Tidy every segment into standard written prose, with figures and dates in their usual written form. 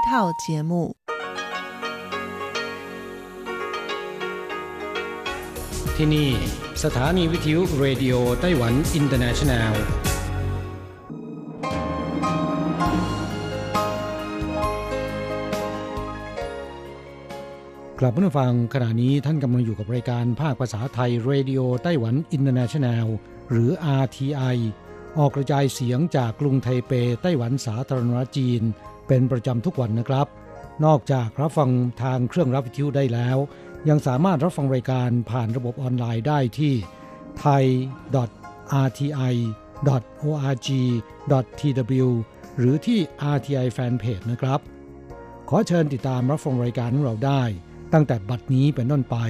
套节目ที่นี่สถานีวิทยุเรดิโอไต้หวันอินเตอร์เนชั่นแนลกลับมาฟังขณะนี้ท่านกำลังอยู่กับรายการภาคภาษาไทยเรดิโอไต้หวันอินเตอร์เนชั่นแนลหรือ RTI ออกกระจายเสียงจากกรุงไทเปไต้หวันสาธารณรัฐจีนเป็นประจำทุกวันนะครับนอกจากรับฟังทางเครื่องรับวิทยุได้แล้วยังสามารถรับฟังรายการผ่านระบบออนไลน์ได้ที่ thai.rti.org.tw หรือที่ RTI Fanpage นะครับขอเชิญติดตามรับฟังรายการของเราได้ตั้งแต่บัดนี้เป็นต้นไป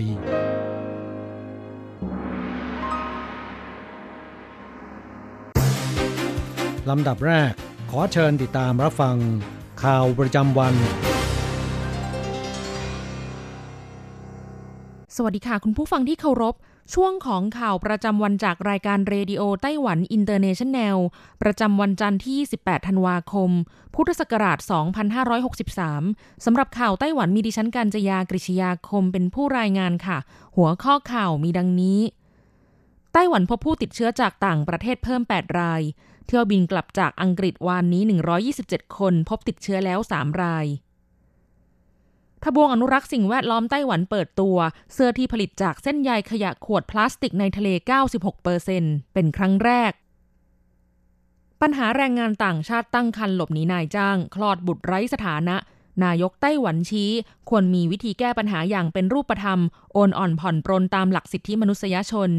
ลำดับแรกขอเชิญติดตามรับฟังข่าวประจำวันสวัสดีค่ะคุณผู้ฟังที่เคารพช่วงของข่าวประจำวันจากรายการเรดิโอไต้หวันอินเตอร์เนชั่นแนลประจำวันจันทร์ที่28ธันวาคมพุทธศักราช2563สำหรับข่าวไต้หวันมีดิฉันกัญจยากฤษยาคมเป็นผู้รายงานค่ะหัวข้อข่าวมีดังนี้ไต้หวันพบผู้ติดเชื้อจากต่างประเทศเพิ่ม8รายเที่ยวบินกลับจากอังกฤษวานนี้127คนพบติดเชื้อแล้ว3รายทบวงอนุรักษ์สิ่งแวดล้อมไต้หวันเปิดตัวเสื้อที่ผลิตจากเส้นใยขยะขวดพลาสติกในทะเล 96% เป็นครั้งแรกปัญหาแรงงานต่างชาติตั้งครรภ์หลบหนีนายจ้างคลอดบุตรไร้สถานะนายกไต้หวันชี้ควรมีวิธีแก้ปัญหาอย่างเป็นรูปธรรมโอนอ่อนผ่อนปรนตามหลักสิทธิมนุษยชน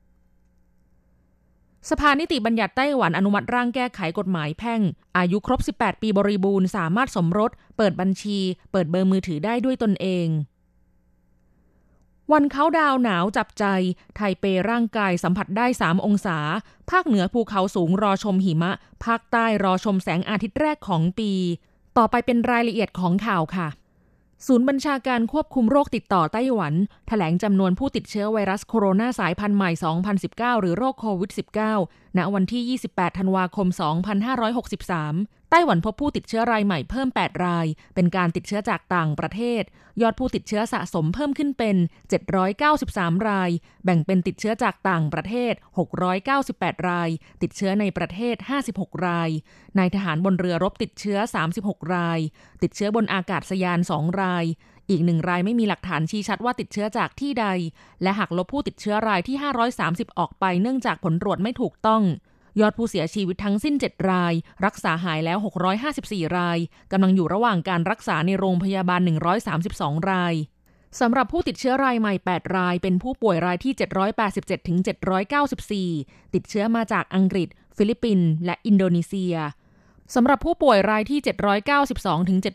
สภานิติบัญญัติไต้หวันอนุมัติร่างแก้ไขกฎหมายแพ่งอายุครบ18ปีบริบูรณ์สามารถสมรสเปิดบัญชีเปิดเบอร์มือถือได้ด้วยตนเองวันเค้าดาวหนาวจับใจไทเปร่างกายสัมผัสได้3องศาภาคเหนือภูเขาสูงรอชมหิมะภาคใต้รอชมแสงอาทิตย์แรกของปีต่อไปเป็นรายละเอียดของข่าวค่ะศูนย์บัญชาการควบคุมโรคติดต่อไต้หวันแถลงจำนวนผู้ติดเชื้อไวรัสโคโรนาสายพันธุ์ใหม่ 2019 หรือโรคโควิด -19 ณ วันที่28ธันวาคม 2563ไต้หวันพบผู้ติดเชื้อรายใหม่เพิ่ม8รายเป็นการติดเชื้อจากต่างประเทศยอดผู้ติดเชื้อสะสมเพิ่มขึ้นเป็น793รายแบ่งเป็นติดเชื้อจากต่างประเทศ698รายติดเชื้อในประเทศ56รายนายทหารบนเรือรบติดเชื้อ36รายติดเชื้อบนอากาศยาน2รายอีก1รายไม่มีหลักฐานชี้ชัดว่าติดเชื้อจากที่ใดและหากลบผู้ติดเชื้อรายที่530ออกไปเนื่องจากผลตรวจไม่ถูกต้องยอดผู้เสียชีวิตทั้งสิ้น7รายรักษาหายแล้ว654รายกำลังอยู่ระหว่างการรักษาในโรงพยาบาล132รายสำหรับผู้ติดเชื้อรายใหม่8รายเป็นผู้ป่วยรายที่787ถึง794ติดเชื้อมาจากอังกฤษฟิลิปปินส์และอินโดนีเซียสำหรับผู้ป่วยรายที่792ถึง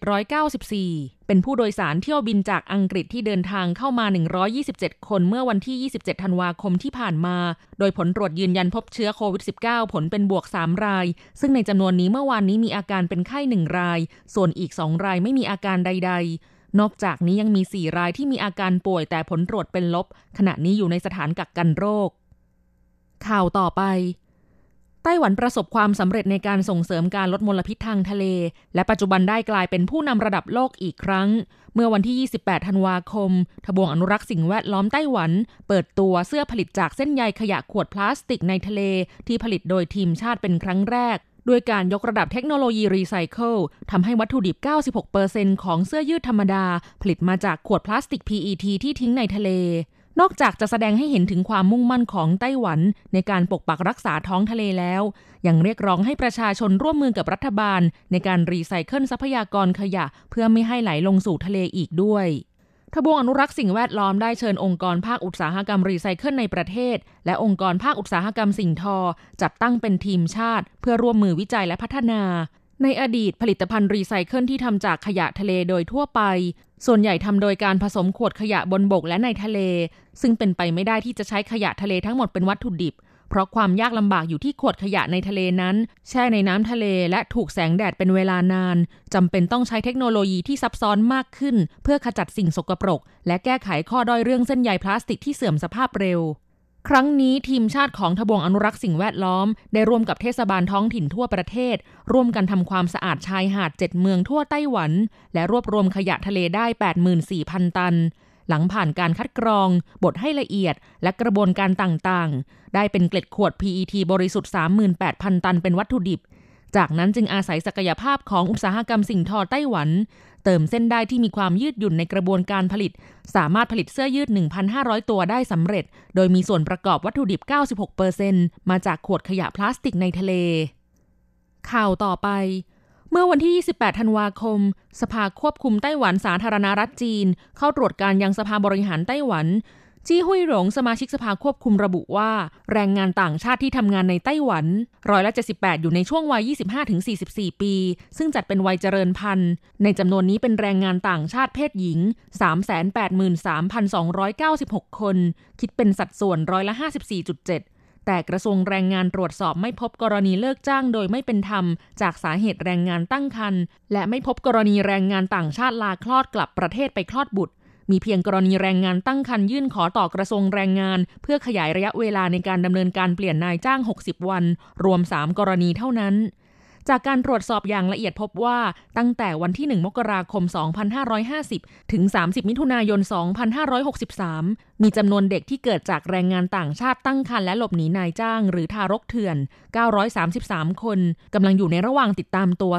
794เป็นผู้โดยสารเที่ยวบินจากอังกฤษที่เดินทางเข้ามา127คนเมื่อวันที่27ธันวาคมที่ผ่านมาโดยผลตรวจยืนยันพบเชื้อโควิด -19 ผลเป็นบวก3รายซึ่งในจำนวนนี้เมื่อวานนี้มีอาการเป็นไข้1รายส่วนอีก2รายไม่มีอาการใดๆนอกจากนี้ยังมี4รายที่มีอาการป่วยแต่ผลตรวจเป็นลบขณะนี้อยู่ในสถานกักกันโรคข่าวต่อไปไต้หวันประสบความสำเร็จในการส่งเสริมการลดมลพิษทางทะเลและปัจจุบันได้กลายเป็นผู้นำระดับโลกอีกครั้งเมื่อวันที่28ธันวาคมทบวงอนุรักษ์สิ่งแวดล้อมไต้หวันเปิดตัวเสื้อผลิตจากเส้นใยขยะขวดพลาสติกในทะเลที่ผลิตโดยทีมชาติเป็นครั้งแรกด้วยการยกระดับเทคโนโลยีรีไซเคิลทำให้วัตถุดิบ 96% ของเสื้อยืดธรรมดาผลิตมาจากขวดพลาสติก PET ที่ทิ้งในทะเลนอกจากจะแสดงให้เห็นถึงความมุ่งมั่นของไต้หวันในการปกปักรักษาท้องทะเลแล้วยังเรียกร้องให้ประชาชนร่วมมือกับรัฐบาลในการรีไซเคิลทรัพยากรขยะเพื่อไม่ให้ไหลลงสู่ทะเลอีกด้วยทบวงอนุรักษ์สิ่งแวดล้อมได้เชิญองค์กรภาคอุตสาหกรรมรีไซเคิลในประเทศและองค์กรภาคอุตสาหกรรมสิ่งทอจัดตั้งเป็นทีมชาติเพื่อร่วมมือวิจัยและพัฒนาในอดีตผลิตภัณฑ์รีไซเคิลที่ทำจากขยะทะเลโดยทั่วไปส่วนใหญ่ทำโดยการผสมขวดขยะบนบกและในทะเลซึ่งเป็นไปไม่ได้ที่จะใช้ขยะทะเลทั้งหมดเป็นวัตถุดิบเพราะความยากลำบากอยู่ที่ขวดขยะในทะเลนั้นแช่ในน้ำทะเลและถูกแสงแดดเป็นเวลานานจำเป็นต้องใช้เทคโนโลยีที่ซับซ้อนมากขึ้นเพื่อขจัดสิ่งสกปรกและแก้ไขข้อด้อยเรื่องเส้นใยพลาสติกที่เสื่อมสภาพเร็วครั้งนี้ทีมชาติของทบวงอนุรักษ์สิ่งแวดล้อมได้ร่วมกับเทศบาลท้องถิ่นทั่วประเทศร่วมกันทำความสะอาดชายหาด7เมืองทั่วไต้หวันและรวบรวมขยะทะเลได้ 84,000 ตันหลังผ่านการคัดกรองบดให้ละเอียดและกระบวนการต่างๆได้เป็นเกล็ดขวด PET บริสุทธิ์ 38,000 ตันเป็นวัตถุดิบจากนั้นจึงอาศัยศักยภาพของอุตสาหกรรมสิ่งทอไต้หวันเติมเส้นได้ที่มีความยืดหยุ่นในกระบวนการผลิตสามารถผลิตเสื้อยืด 1,500 ตัวได้สำเร็จโดยมีส่วนประกอบวัตถุดิบ 96% มาจากขวดขยะพลาสติกในทะเลข่าวต่อไปเมื่อวันที่ 28 ธันวาคมสภาควบคุมไต้หวันสาธารณรัฐจีนเข้าตรวจการยังสภาบริหารไต้หวันจี้หุยหลงสมาชิกสภาควบคุมระบุว่าแรงงานต่างชาติที่ทำงานในไต้หวัน78%อยู่ในช่วงวัย 25-44 ปีซึ่งจัดเป็นวัยเจริญพันธุ์ในจำนวนนี้เป็นแรงงานต่างชาติเพศหญิง 383,296 คนคิดเป็นสัดส่วน54.7%แต่กระทรวงแรงงานตรวจสอบไม่พบกรณีเลิกจ้างโดยไม่เป็นธรรมจากสาเหตุแรงงานตั้งครรภ์และไม่พบกรณีแรงงานต่างชาติลาคลอดกลับประเทศไปคลอดบุตรมีเพียงกรณีแรงงานตั้งครรภ์ยื่นขอต่อกระทรวงแรงงานเพื่อขยายระยะเวลาในการดำเนินการเปลี่ยนนายจ้าง60วันรวม3กรณีเท่านั้นจากการตรวจสอบอย่างละเอียดพบว่าตั้งแต่วันที่1มกราคม2550ถึง30มิถุนายน2563มีจำนวนเด็กที่เกิดจากแรงงานต่างชาติตั้งครรภ์และหลบหนีนายจ้างหรือทารกเถื่อน933คนกำลังอยู่ในระหว่างติดตามตัว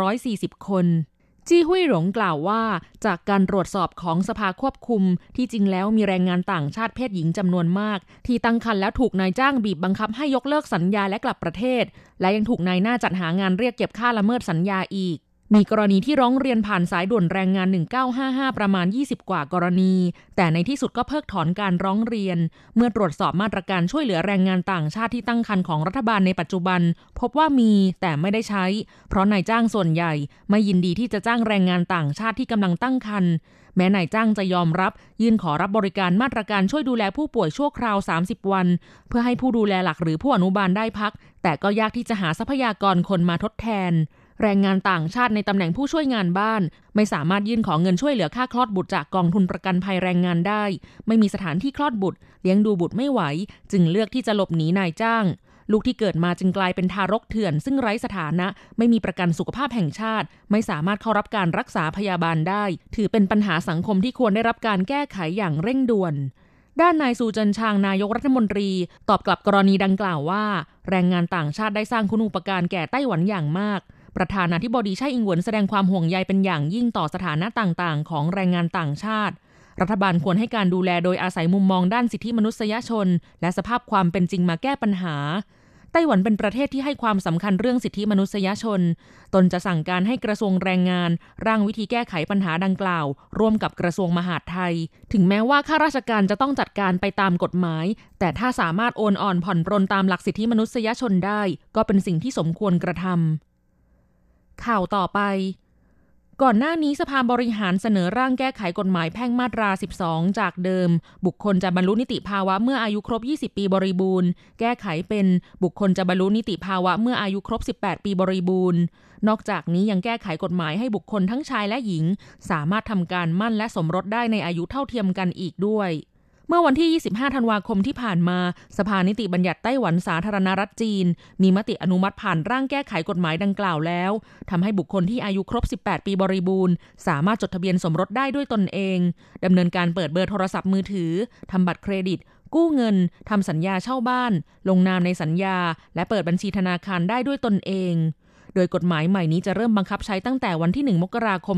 240คนจี้หุยหลงกล่าวว่าจากการตรวจสอบของสภาควบคุมที่จริงแล้วมีแรงงานต่างชาติเพศหญิงจำนวนมากที่ตั้งครรภ์แล้วถูกนายจ้างบีบบังคับให้ยกเลิกสัญญาและกลับประเทศและยังถูกนายหน้าจัดหางานเรียกเก็บค่าละเมิดสัญญาอีกมีกรณีที่ร้องเรียนผ่านสายด่วนแรงงาน1955ประมาณ20กว่ากรณีแต่ในที่สุดก็เพิกถอนการร้องเรียนเมื่อตรวจสอบมาตรการช่วยเหลือแรงงานต่างชาติที่ตั้งครรภ์ของรัฐบาลในปัจจุบันพบว่ามีแต่ไม่ได้ใช้เพราะนายจ้างส่วนใหญ่ไม่ยินดีที่จะจ้างแรงงานต่างชาติที่กำลังตั้งครรภ์แม้นายจ้างจะยอมรับยื่นขอรับบริการมาตรการช่วยดูแลผู้ป่วยชั่วคราว30วันเพื่อให้ผู้ดูแลหลักหรือผู้อนุบาลได้พักแต่ก็ยากที่จะหาทรัพยากรคนมาทดแทนแรงงานต่างชาติในตำแหน่งผู้ช่วยงานบ้านไม่สามารถยื่นขอเงินช่วยเหลือค่าคลอดบุตรจากกองทุนประกันภัยแรงงานได้ไม่มีสถานที่คลอดบุตรเลี้ยงดูบุตรไม่ไหวจึงเลือกที่จะหลบหนีนายจ้างลูกที่เกิดมาจึงกลายเป็นทารกเถื่อนซึ่งไร้สถานะไม่มีประกันสุขภาพแห่งชาติไม่สามารถเข้ารับการรักษาพยาบาลได้ถือเป็นปัญหาสังคมที่ควรได้รับการแก้ไขอย่างเร่งด่วนด้านนายซูเจินชางนายกรัฐมนตรีตอบกลับกรณีดังกล่าวว่าแรงงานต่างชาติได้สร้างคุณูปการแก่ไต้หวันอย่างมากประธานาธิบดีไช่อิงเหวินแสดงความห่วงใยเป็นอย่างยิ่งต่อสถานะต่างๆของแรงงานต่างชาติรัฐบาลควรให้การดูแลโดยอาศัยมุมมองด้านสิทธิมนุษยชนและสภาพความเป็นจริงมาแก้ปัญหาไต้หวันเป็นประเทศที่ให้ความสำคัญเรื่องสิทธิมนุษยชนตนจะสั่งการให้กระทรวงแรงงานร่างวิธีแก้ไขปัญหาดังกล่าวร่วมกับกระทรวงมหาดไทยถึงแม้ว่าข้าราชการจะต้องจัดการไปตามกฎหมายแต่ถ้าสามารถโอนอ่อนผ่อนปรนตามหลักสิทธิมนุษยชนได้ก็เป็นสิ่งที่สมควรกระทำข่าวต่อไปก่อนหน้านี้สภาบริหารเสนอร่างแก้ไขกฎหมายแพ่งมาตรา12จากเดิมบุคคลจะบรรลุนิติภาวะเมื่ออายุครบ20ปีบริบูรณ์แก้ไขเป็นบุคคลจะบรรลุนิติภาวะเมื่ออายุครบ18ปีบริบูรณ์นอกจากนี้ยังแก้ไขกฎหมายให้บุคคลทั้งชายและหญิงสามารถทำการมั่นและสมรสได้ในอายุเท่าเทียมกันอีกด้วยเมื่อวันที่25ธันวาคมที่ผ่านมาสภานิติบัญญัติไต้หวันสาธารณรัฐจีนมีมติอนุมัติผ่านร่างแก้ไขกฎหมายดังกล่าวแล้วทำให้บุคคลที่อายุครบ18ปีบริบูรณ์สามารถจดทะเบียนสมรสได้ด้วยตนเองดำเนินการเปิดเบอร์โทรศัพท์มือถือทำบัตรเครดิตกู้เงินทำสัญญาเช่าบ้านลงนามในสัญญาและเปิดบัญชีธนาคารได้ด้วยตนเองโดยกฎหมายใหม่นี้จะเริ่มบังคับใช้ตั้งแต่วันที่1มกราคม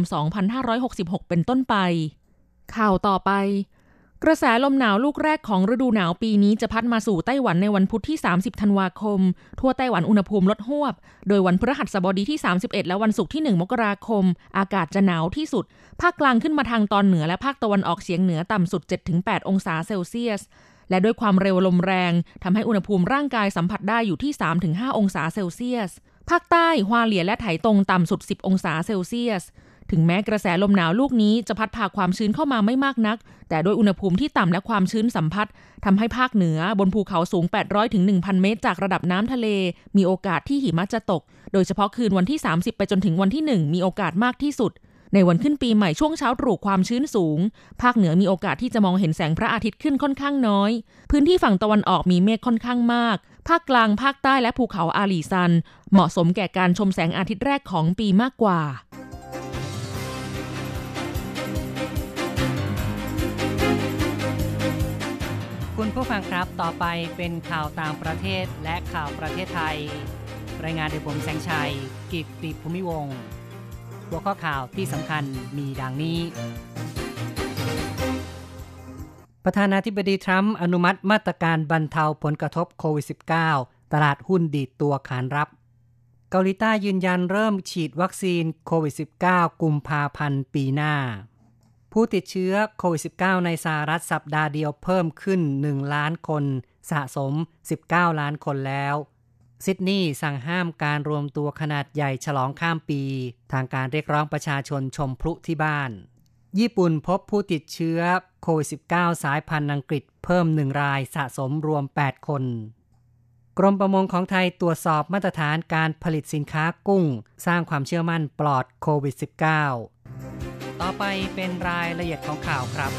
2566เป็นต้นไปข่าวต่อไปกระแสลมหนาวลูกแรกของฤดูหนาวปีนี้จะพัดมาสู่ไต้หวันในวันพุธที่30ธันวาคมทั่วไต้หวันอุณหภูมิลดฮวบโดยวันพฤหัสบดีที่31และวันศุกร์ที่1มกราคมอากาศจะหนาวที่สุดภาคกลางขึ้นมาทางตอนเหนือและภาคตะวันออกเฉียงเหนือต่ำสุด 7-8 องศาเซลเซียสและด้วยความเร็วลมแรงทำให้อุณหภูมิร่างกายสัมผัสได้อยู่ที่ 3-5 องศาเซลเซียสภาคใต้ฮวาเหลียและไถตงต่ำสุด10องศาเซลเซียสถึงแม้กระแสลมหนาวลูกนี้จะพัดพาความชื้นเข้ามาไม่มากนักแต่ด้วยอุณหภูมิที่ต่ำและความชื้นสัมผัสทำให้ภาคเหนือบนภูเขาสูง 800-1,000 เมตรจากระดับน้ำทะเลมีโอกาสที่หิมะจะตกโดยเฉพาะคืนวันที่30ไปจนถึงวันที่1มีโอกาสมากที่สุดในวันขึ้นปีใหม่ช่วงเช้าตรู่ความชื้นสูงภาคเหนือมีโอกาสที่จะมองเห็นแสงพระอาทิตย์ขึ้นค่อนข้างน้อยพื้นที่ฝั่งตะวันออกมีเมฆค่อนข้างมากภาคกลางภาคใต้และภูเขาอาลีซันเหมาะสมแก่การชมแสงอาทิตย์แรกของปีมากกว่าคุณผู้ฟังครับต่อไปเป็นข่าวต่างประเทศและข่าวประเทศไทยรายงานโดยผมแสงชัยกิตติภูมิวงศ์หัวข้อข่าวที่สำคัญมีดังนี้ประธานาธิบดีทรัมป์อนุมัติมาตรการบรรเทาผลกระทบโควิด -19 ตลาดหุ้นดีดตัวขานรับเกาหลีใต้ยืนยันเริ่มฉีดวัคซีนโควิด -19 กุมภาพันธ์ปีหน้าผู้ติดเชื้อโควิด -19 ในสหรัฐสัปดาห์เดียวเพิ่มขึ้น1ล้านคนสะสม19ล้านคนแล้วซิดนีย์สั่งห้ามการรวมตัวขนาดใหญ่ฉลองข้ามปีทางการเรียกร้องประชาชนชมพลุที่บ้านญี่ปุ่นพบผู้ติดเชื้อโควิด -19 สายพันธุ์อังกฤษเพิ่ม1รายสะสมรวม8คนกรมประมงของไทยตรวจสอบมาตรฐานการผลิตสินค้ากุ้งสร้างความเชื่อมั่นปลอดโควิด -19 ต่อไปเป็นรายละเอียดของข่าวครับ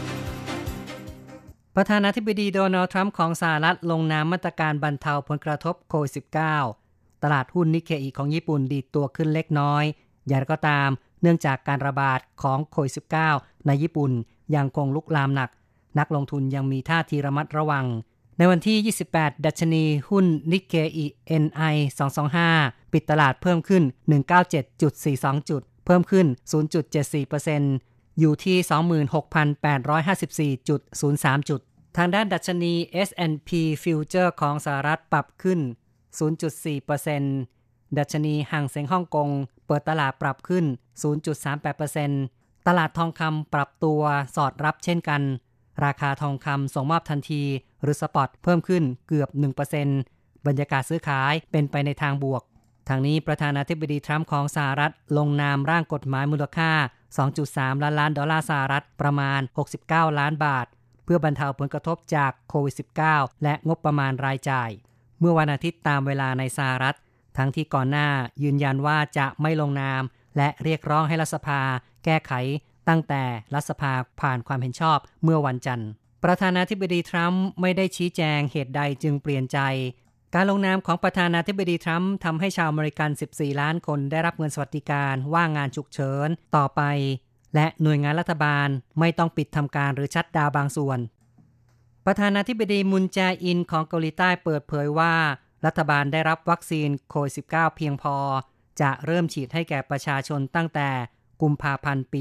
ประธานาธิบดีโดนัลด์ทรัมป์ของสหรัฐลงนามมาตรการบรรเทาผลกระทบโควิด -19 ตลาดหุ้นนิเคอิของญี่ปุ่นดีดตัวขึ้นเล็กน้อยอย่างไรก็ตามเนื่องจากการระบาดของโควิด -19 ในญี่ปุ่นยังคงลุกลามหนักนักลงทุนยังมีท่าทีระมัดระวังในวันที่28ดัชนีหุ้นนิเคอิ NI 225ปิดตลาดเพิ่มขึ้น 197.42 จุดเพิ่มขึ้น 0.74% อยู่ที่ 26,854.03 จุดทางด้านดัชนี S&P Future ของสหรัฐปรับขึ้น 0.4% ดัชนีหังเส็งฮ่องกงเปิดตลาดปรับขึ้น 0.38% ตลาดทองคำปรับตัวสอดรับเช่นกันราคาทองคำส่งมอบทันทีหรือสปอตเพิ่มขึ้นเกือบ 1% บรรยากาศซื้อขายเป็นไปในทางบวกทางนี้ประธานาธิบดีทรัมป์ของสหรัฐลงนามร่างกฎหมายมูลค่า 2.3 ล้านดอลลาร์สหรัฐประมาณ69ล้านบาทเพื่อบรรเทาผลกระทบจากโควิด -19 และงบประมาณรายจ่ายเมื่อวันอาทิตย์ตามเวลาในสหรัฐทั้งที่ก่อนหน้ายืนยันว่าจะไม่ลงนามและเรียกร้องให้รัฐสภาแก้ไขตั้งแต่รัฐสภาผ่านความเห็นชอบเมื่อวันจันทร์ประธานาธิบดีทรัมป์ไม่ได้ชี้แจงเหตุใดจึงเปลี่ยนใจการลงนามของประธานาธิบดีทรัมป์ทำให้ชาวอเมริกัน14ล้านคนได้รับเงินสวัสดิการว่างงานฉุกเฉินต่อไปและหน่วยงานรัฐบาลไม่ต้องปิดทำการหรือชัตดาวน์บางส่วนประธานาธิบดีมุนแจอินของเกาหลีใต้เปิดเผยว่ารัฐบาลได้รับวัคซีนโควิด -19 เพียงพอจะเริ่มฉีดให้แก่ประชาชนตั้งแต่กุมภาพันธ์ปี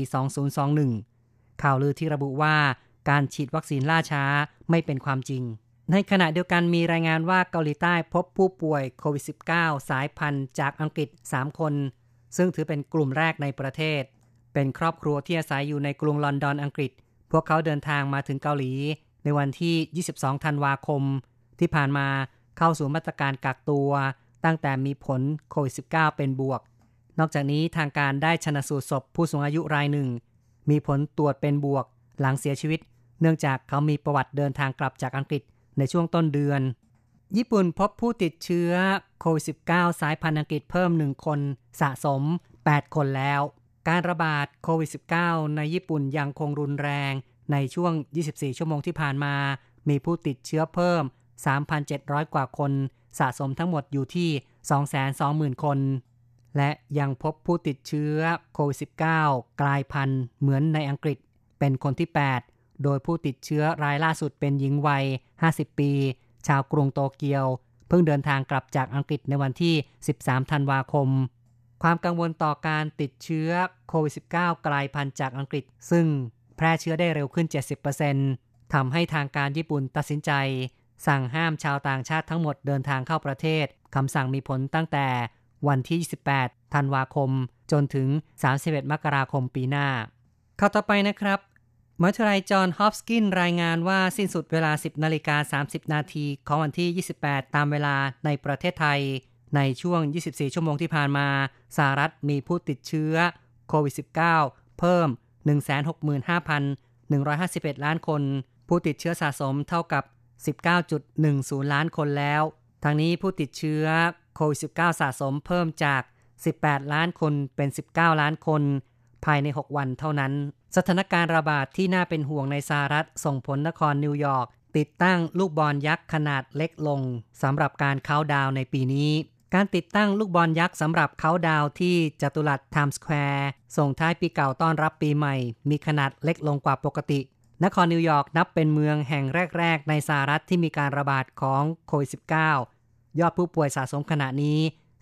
2021 ข่าวลือที่ระบุว่าการฉีดวัคซีนล่าช้าไม่เป็นความจริงในขณะเดียวกันมีรายงานว่าเกาหลีใต้พบผู้ป่วยโควิด -19 สายพันธุ์จากอังกฤษ3คนซึ่งถือเป็นกลุ่มแรกในประเทศเป็นครอบครัวที่อาศัยอยู่ในกรุงลอนดอนอังกฤษพวกเขาเดินทางมาถึงเกาหลีในวันที่22ธันวาคมที่ผ่านมาเข้าสู่มาตรการกักตัวตั้งแต่มีผลโควิด -19 เป็นบวกนอกจากนี้ทางการได้ชันสูตรศพผู้สูงอายุรายหนึ่งมีผลตรวจเป็นบวกหลังเสียชีวิตเนื่องจากเขามีประวัติเดินทางกลับจากอังกฤษในช่วงต้นเดือนญี่ปุ่นพบผู้ติดเชื้อโควิด -19 สายพันธุ์อังกฤษเพิ่ม1คนสะสม8คนแล้วการระบาดโควิด -19 ในญี่ปุ่นยังคงรุนแรงในช่วง24ชั่วโมงที่ผ่านมามีผู้ติดเชื้อเพิ่ม 3,700 กว่าคนสะสมทั้งหมดอยู่ที่ 220,000 คนและยังพบผู้ติดเชื้อโควิด -19 กลายพันธุ์เหมือนในอังกฤษเป็นคนที่8โดยผู้ติดเชื้อรายล่าสุดเป็นหญิงวัย50ปีชาวกรุงโตเกียวเพิ่งเดินทางกลับจากอังกฤษในวันที่13ธันวาคมความกังวลต่อการติดเชื้อโควิด -19 กลายพันธุ์จากอังกฤษซึ่งแพร่เชื้อได้เร็วขึ้น 70% ทำให้ทางการญี่ปุ่นตัดสินใจสั่งห้ามชาวต่างชาติทั้งหมดเดินทางเข้าประเทศคำสั่งมีผลตั้งแต่วันที่28ธันวาคมจนถึง31มกราคมปีหน้าข่าวต่อไปนะครับมหาวิทยาลัยจอห์นฮอปกินส์รายงานว่าสิ้นสุดเวลา 10:30 นาทีของวันที่28ตามเวลาในประเทศไทยในช่วง24ชั่วโมงที่ผ่านมาสหรัฐมีผู้ติดเชื้อโควิด -19 เพิ่ม 165,151 ล้านคนผู้ติดเชื้อสะสมเท่ากับ 19.10 ล้านคนแล้วทั้งนี้ผู้ติดเชื้อโควิด -19 สะสมเพิ่มจาก18ล้านคนเป็น19ล้านคนภายใน6วันเท่านั้นสถานการณ์ระบาดที่น่าเป็นห่วงในสหรัฐส่งผลนครนิวยอร์กติดตั้งลูกบอลยักษ์ขนาดเล็กลงสำหรับการเค้าท์ดาวน์ในปีนี้การติดตั้งลูกบอลยักษ์สำหรับเค้าท์ดาวน์ที่จัตุรัสไทม์สแควร์ส่งท้ายปีเก่าต้อนรับปีใหม่มีขนาดเล็กลงกว่าปกตินครนิวยอร์กนับเป็นเมืองแห่งแรกๆในสหรัฐที่มีการระบาดของโควิด -19 ยอดผู้ป่วยสะสมขณะนี้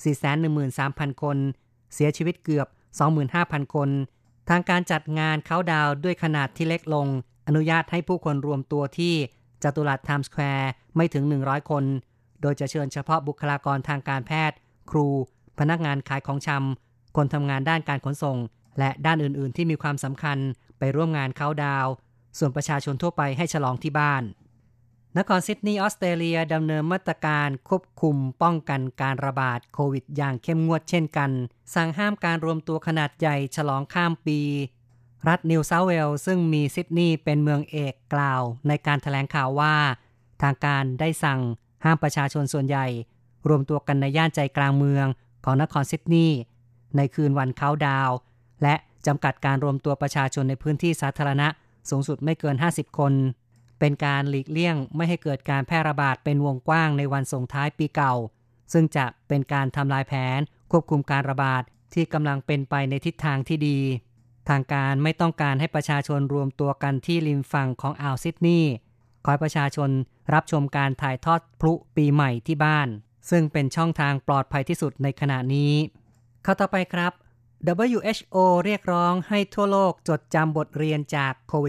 413,000 คนเสียชีวิตเกือบ 25,000 คนทางการจัดงานเค้าท์ดาวน์ด้วยขนาดที่เล็กลงอนุญาตให้ผู้คนรวมตัวที่จัตุรัสไทม์สแควร์ไม่ถึง100คนโดยจะเชิญเฉพาะบุคลากรทางการแพทย์ครูพนักงานขายของชำคนทำงานด้านการขนส่งและด้านอื่นๆที่มีความสำคัญไปร่วมงานเค้าท์ดาวน์ส่วนประชาชนทั่วไปให้ฉลองที่บ้านนครซิดนีย์ออสเตรเลียดำเนินมาตรการควบคุมป้องกันการระบาดโควิดอย่างเข้มงวดเช่นกันสั่งห้ามการรวมตัวขนาดใหญ่ฉลองข้ามปีรัฐนิวเซาท์เวลส์ซึ่งมีซิดนีย์เป็นเมืองเอกกล่าวในการแถลงข่าวว่าทางการได้สั่งห้ามประชาชนส่วนใหญ่รวมตัวกันในย่านใจกลางเมืองของนครซิดนีย์ในคืนวันเค้าท์ดาวน์และจำกัดการรวมตัวประชาชนในพื้นที่สาธารณะสูงสุดไม่เกิน50คนเป็นการหลีกเลี่ยงไม่ให้เกิดการแพร่ระบาดเป็นวงกว้างในวันส่งท้ายปีเก่าซึ่งจะเป็นการทำลายแผนควบคุมการระบาดที่กำลังเป็นไปในทิศทางที่ดีทางการไม่ต้องการให้ประชาชนรวมตัวกันที่ริมฝั่งของอ่าวซิดนีย์ขอให้ประชาชนรับชมการถ่ายทอดพลุปีใหม่ที่บ้านซึ่งเป็นช่องทางปลอดภัยที่สุดในขณะนี้เข้าต่อไปครับ WHO เรียกร้องให้ทั่วโลกจดจำบทเรียนจากโควิด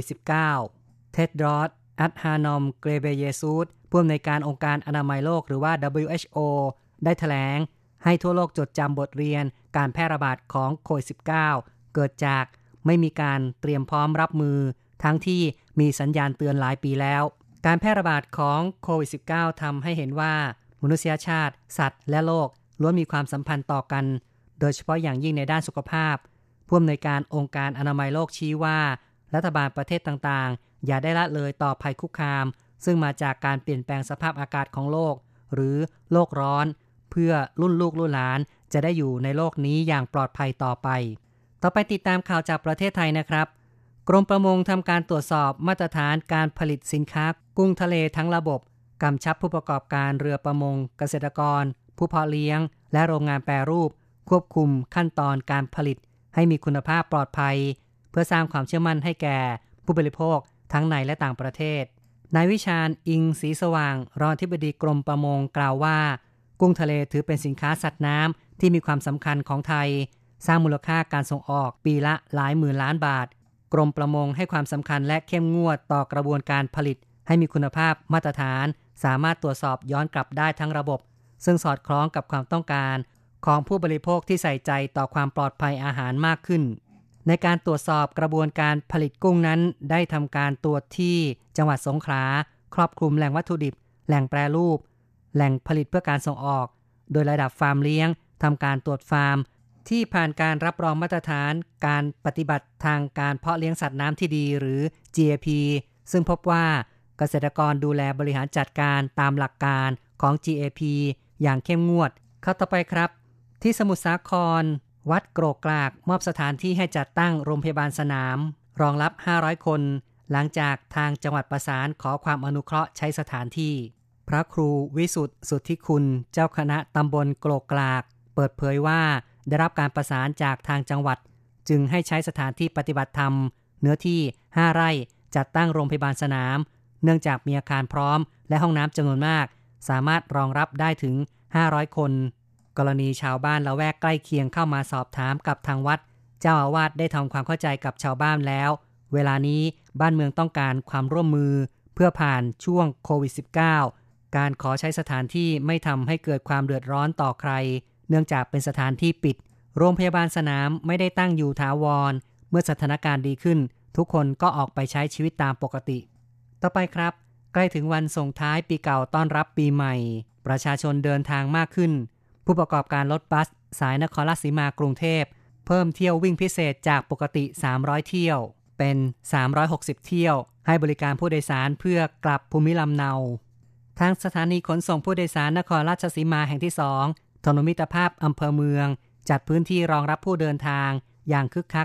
-19 เท็ดรอส อัดฮานอม เกรเบเยซูสผู้อำนวยการองค์การอนามัยโลกหรือว่า WHO ได้แถลงให้ทั่วโลกจดจำบทเรียนการแพร่ระบาดของโควิด -19 เกิดจากไม่มีการเตรียมพร้อมรับมือทั้งที่มีสัญญาณเตือนหลายปีแล้วการแพร่ระบาดของโควิด -19 ทำให้เห็นว่ามนุษยชาติสัตว์และโลกล้วนมีความสัมพันธ์ต่อกันโดยเฉพาะอย่างยิ่งในด้านสุขภาพผู้อำนวยการองค์การอนามัยโลกชี้ว่ารัฐบาลประเทศต่างๆอย่าได้ละเลยต่อภัยคุกคามซึ่งมาจากการเปลี่ยนแปลงสภาพอากาศของโลกหรือโลกร้อนเพื่อรุ่นลูกรุ่นหลานจะได้อยู่ในโลกนี้อย่างปลอดภัยต่อไปติดตามข่าวจากประเทศไทยนะครับกรมประมงทำการตรวจสอบมาตรฐานการผลิตสินค้ากุ้งทะเลทั้งระบบกำชับผู้ประกอบการเรือประมงเกษตรกรผู้เพาะเลี้ยงและโรงงานแปรรูปควบคุมขั้นตอนการผลิตให้มีคุณภาพปลอดภัยเพื่อสร้างความเชื่อมั่นให้แก่ผู้บริโภคทั้งในและต่างประเทศนายวิชาญอิงศรีสว่างรองอธิบดีกรมประมงกล่าวว่ากุ้งทะเลถือเป็นสินค้าสัตว์น้ำที่มีความสำคัญของไทยสร้างมูลค่าการส่งออกปีละหลายหมื่นล้านบาทกรมประมงให้ความสำคัญและเข้มงวดต่อกระบวนการผลิตให้มีคุณภาพมาตรฐานสามารถตรวจสอบย้อนกลับได้ทั้งระบบซึ่งสอดคล้องกับความต้องการของผู้บริโภคที่ใส่ใจต่อความปลอดภัยอาหารมากขึ้นในการตรวจสอบกระบวนการผลิตกุ้งนั้นได้ทำการตรวจที่จังหวัดสงขลาครอบคลุมแหล่งวัตถุดิบแหล่งแปรรูปแหล่งผลิตเพื่อการส่งออกโดยระดับฟาร์มเลี้ยงทำการตรวจฟาร์มที่ผ่านการรับรองมาตรฐานการปฏิบัติทางการเพาะเลี้ยงสัตว์น้ำที่ดีหรือ GAP ซึ่งพบว่าเกษตรกรดูแลบริหารจัดการตามหลักการของ GAP อย่างเข้มงวดเข้าต่อไปครับที่สมุทรสาครวัดโกรกกรากมอบสถานที่ให้จัดตั้งโรงพยาบาลสนามรองรับ500คนหลังจากทางจังหวัดประสานขอความอนุเคราะห์ใช้สถานที่พระครูวิสุทธิสุทธิคุณเจ้าคณะตำบลโกรกกรากเปิดเผยว่าได้รับการประสานจากทางจังหวัดจึงให้ใช้สถานที่ปฏิบัติธรรมเนื้อที่5ไร่จัดตั้งโรงพยาบาลสนามเนื่องจากมีอาคารพร้อมและห้องน้ำจำนวนมากสามารถรองรับได้ถึง500คนกรณีชาวบ้านละแวกใกล้เคียงเข้ามาสอบถามกับทางวัดเจ้าอาวาสได้ทำความเข้าใจกับชาวบ้านแล้วเวลานี้บ้านเมืองต้องการความร่วมมือเพื่อผ่านช่วงโควิด -19 การขอใช้สถานที่ไม่ทำให้เกิดความเดือดร้อนต่อใครเนื่องจากเป็นสถานที่ปิดโรงพยาบาลสนามไม่ได้ตั้งอยู่ถาวรเมื่อสถานการณ์ดีขึ้นทุกคนก็ออกไปใช้ชีวิตตามปกติต่อไปครับใกล้ถึงวันส่งท้ายปีเก่าต้อนรับปีใหม่ประชาชนเดินทางมากขึ้นผู้ประกอบการรถบัสสายนครราชสีมากรุงเทพเพิ่มเที่ยววิ่งพิเศษจากปกติ300เที่ยวเป็น360เที่ยวให้บริการผู้โดยสารเพื่อกลับภูมิลำเนาทางสถานีขนส่งผู้โดยสารนครราชสีมาแห่งที่2ถนนมิตรภาพอำเภอเมืองจัดพื้นที่รองรับผู้เดินทางอย่างคึกคัก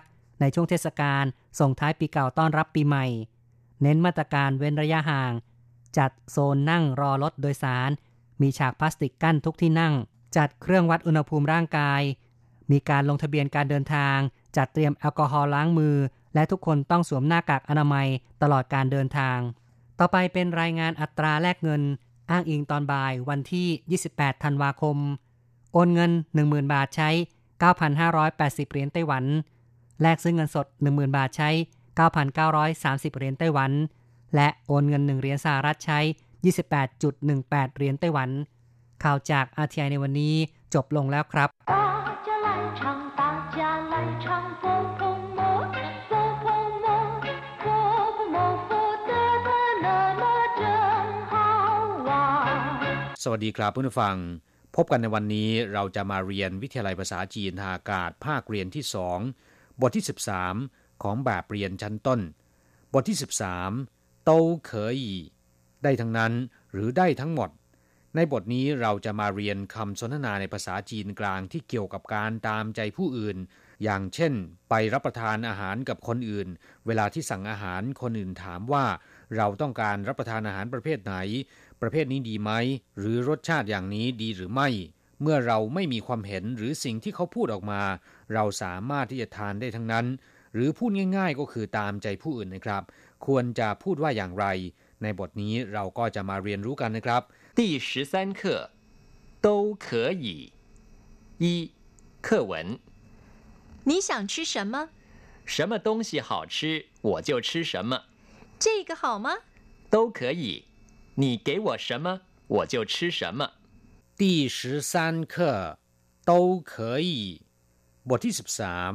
ในช่วงเทศกาลส่งท้ายปีเก่าต้อนรับปีใหม่เน้นมาตรการเว้นระยะห่างจัดโซนนั่งรอรถโดยสารมีฉากพลาสติกกั้นทุกที่นั่งจัดเครื่องวัดอุณหภูมิร่างกายมีการลงทะเบียนการเดินทางจัดเตรียมแอลกอฮอล์ล้างมือและทุกคนต้องสวมหน้ากากอนามัยตลอดการเดินทางต่อไปเป็นรายงานอัตราแลกเงินอ้างอิงตอนบ่ายวันที่28ธันวาคมโอนเงิน 10,000 บาทใช้ 9,580 เหรียญไต้หวันแลกซื้อเงินสด 10,000 บาทใช้ 9,930 เหรียญไต้หวันและโอนเงิน1เหรียญสหรัฐใช้ 28.18 เหรียญไต้หวันข่าวจาก RTI ในวันนี้จบลงแล้วครับสวัสดีครับเพื่อนผู้ฟังพบกันในวันนี้เราจะมาเรียนวิทยาลัยภาษาจีนทางอากาศภาคเรียนที่2บทที่13ของแบบเรียนชั้นต้นบทที่13都可以ได้ทั้งนั้นหรือได้ทั้งหมดในบทนี้เราจะมาเรียนคำสนทนาในภาษาจีนกลางที่เกี่ยวกับการตามใจผู้อื่นอย่างเช่นไปรับประทานอาหารกับคนอื่นเวลาที่สั่งอาหารคนอื่นถามว่าเราต้องการรับประทานอาหารประเภทไหนประเภทนี้ดีไหมหรือรสชาติอย่างนี้ดีหรือไม่เมื่อเราไม่มีความเห็นหรือสิ่งที่เขาพูดออกมาเราสามารถที่จะทานได้ทั้งนั้นหรือพูดง่ายๆก็คือตามใจผู้อื่นนะครับควรจะพูดว่าอย่างไรในบทนี้เราก็จะมาเรียนรู้กันนะครับ第13课都可以一课文你想吃什么？ 什么东西好吃我就吃什么这个好吗？ 都可以你给我什么我就吃什么第13课都可以บทที่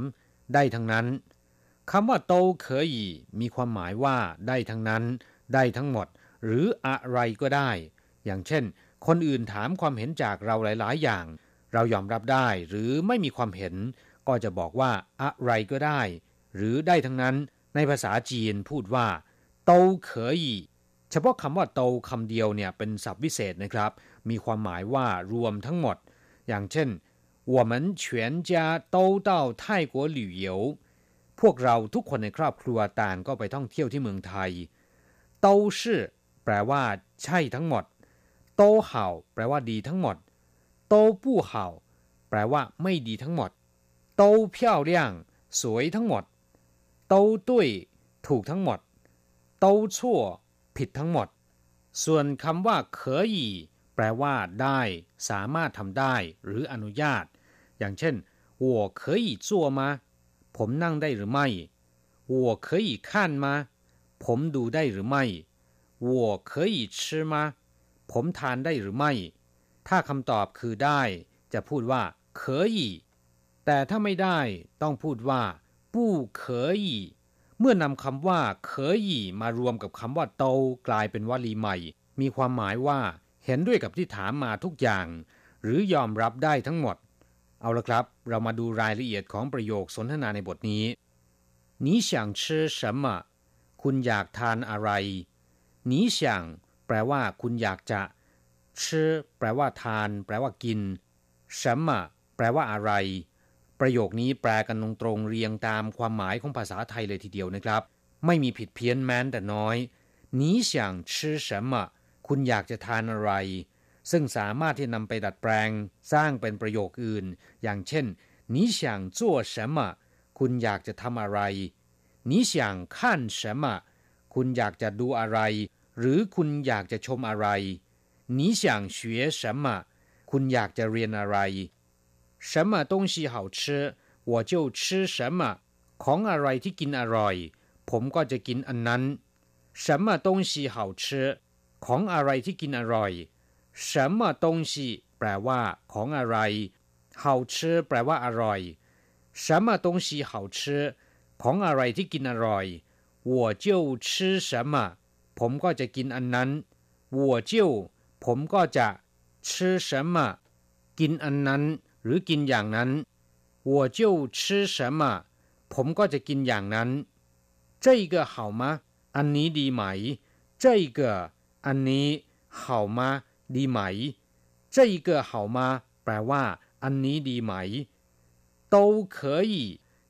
13ได้ทั้งนั้นคำว่า都可以มีความหมายว่าได้ทั้งนั้นได้ทั้งหมดหรืออะไรก็ได้อย่างเช่นคนอื่นถามความเห็นจากเราหลายๆอย่างเรายอมรับได้หรือไม่มีความเห็นก็จะบอกว่าอะไรก็ได้หรือได้ทั้งนั้นในภาษาจีนพูดว่า都可以เฉพาะคำว่าโตคำเดียวเนี่ยเป็นศัพท์วิเศษนะครับมีความหมายว่ารวมทั้งหมดอย่างเช่น我们全家都到泰国旅游พวกเราทุกคนในครอบครัวต่างก็ไปท่องเที่ยวที่เมืองไทย都是แปลว่าใช่ทั้งหมด都好แปลว่าดีทั้งหมด都不好แปลว่าไม่ดีทั้งหมด都漂亮สวยทั้งหมด都对ถูกทั้งหมด都错ผิดทั้งหมดส่วนคำว่า可以แปลว่าได้สามารถทำได้หรืออนุญาตอย่างเช่น我可以坐吗ผมนั่งได้หรือไม่我可以看吗ผมดูได้หรือไม่我可以吃吗ผมทานได้หรือไม่ถ้าคำตอบคือได้จะพูดว่า可以แต่ถ้าไม่ได้ต้องพูดว่า不可以เมื่อนำคำว่าเคยมารวมกับคำว่าโตกลายเป็นวลีใหม่มีความหมายว่าเห็นด้วยกับที่ถามมาทุกอย่างหรือยอมรับได้ทั้งหมดเอาละครับเรามาดูรายละเอียดของประโยคสนทนาในบทนี้你想吃什么คุณอยากทานอะไร你想แปลว่าคุณอยากจะ吃แปลว่าทานแปลว่ากิน什么แปลว่าอะไรประโยคนี้แปลกันตรงๆเรียงตามความหมายของภาษาไทยเลยทีเดียวนะครับไม่มีผิดเพี้ยนแม้แต่น้อย你想吃什么คุณอยากจะทานอะไรซึ่งสามารถที่นำไปดัดแปลงสร้างเป็นประโยคอื่นอย่างเช่น你想做什么คุณอยากจะทำอะไร你想看什么คุณอยากจะดูอะไรหรือคุณอยากจะชมอะไร你想学什么คุณอยากจะเรียนอะไร什么东西好吃我就吃什么ของอะไรที่กินอร่อยผมก็จะกินอันนั้น什么东西好吃ของอะไรที่กินอร่อย什么东西แปลว่าของอะไร好吃แปลว่าอร่อย什么东西好吃ของอะไรที่กินอร่อย我就吃什么ผมก็จะกินอันนั้น我就ผมก็จะ吃什么กินอันนั้นหรือกินอย่างนั้น我就吃什么ผมก็จะกินอย่างนั้น这个好吗อันนี้ดีไหม这个อันนี้好吗ดีไหม这个好吗แปลว่าอันนี้ดีไหม都可以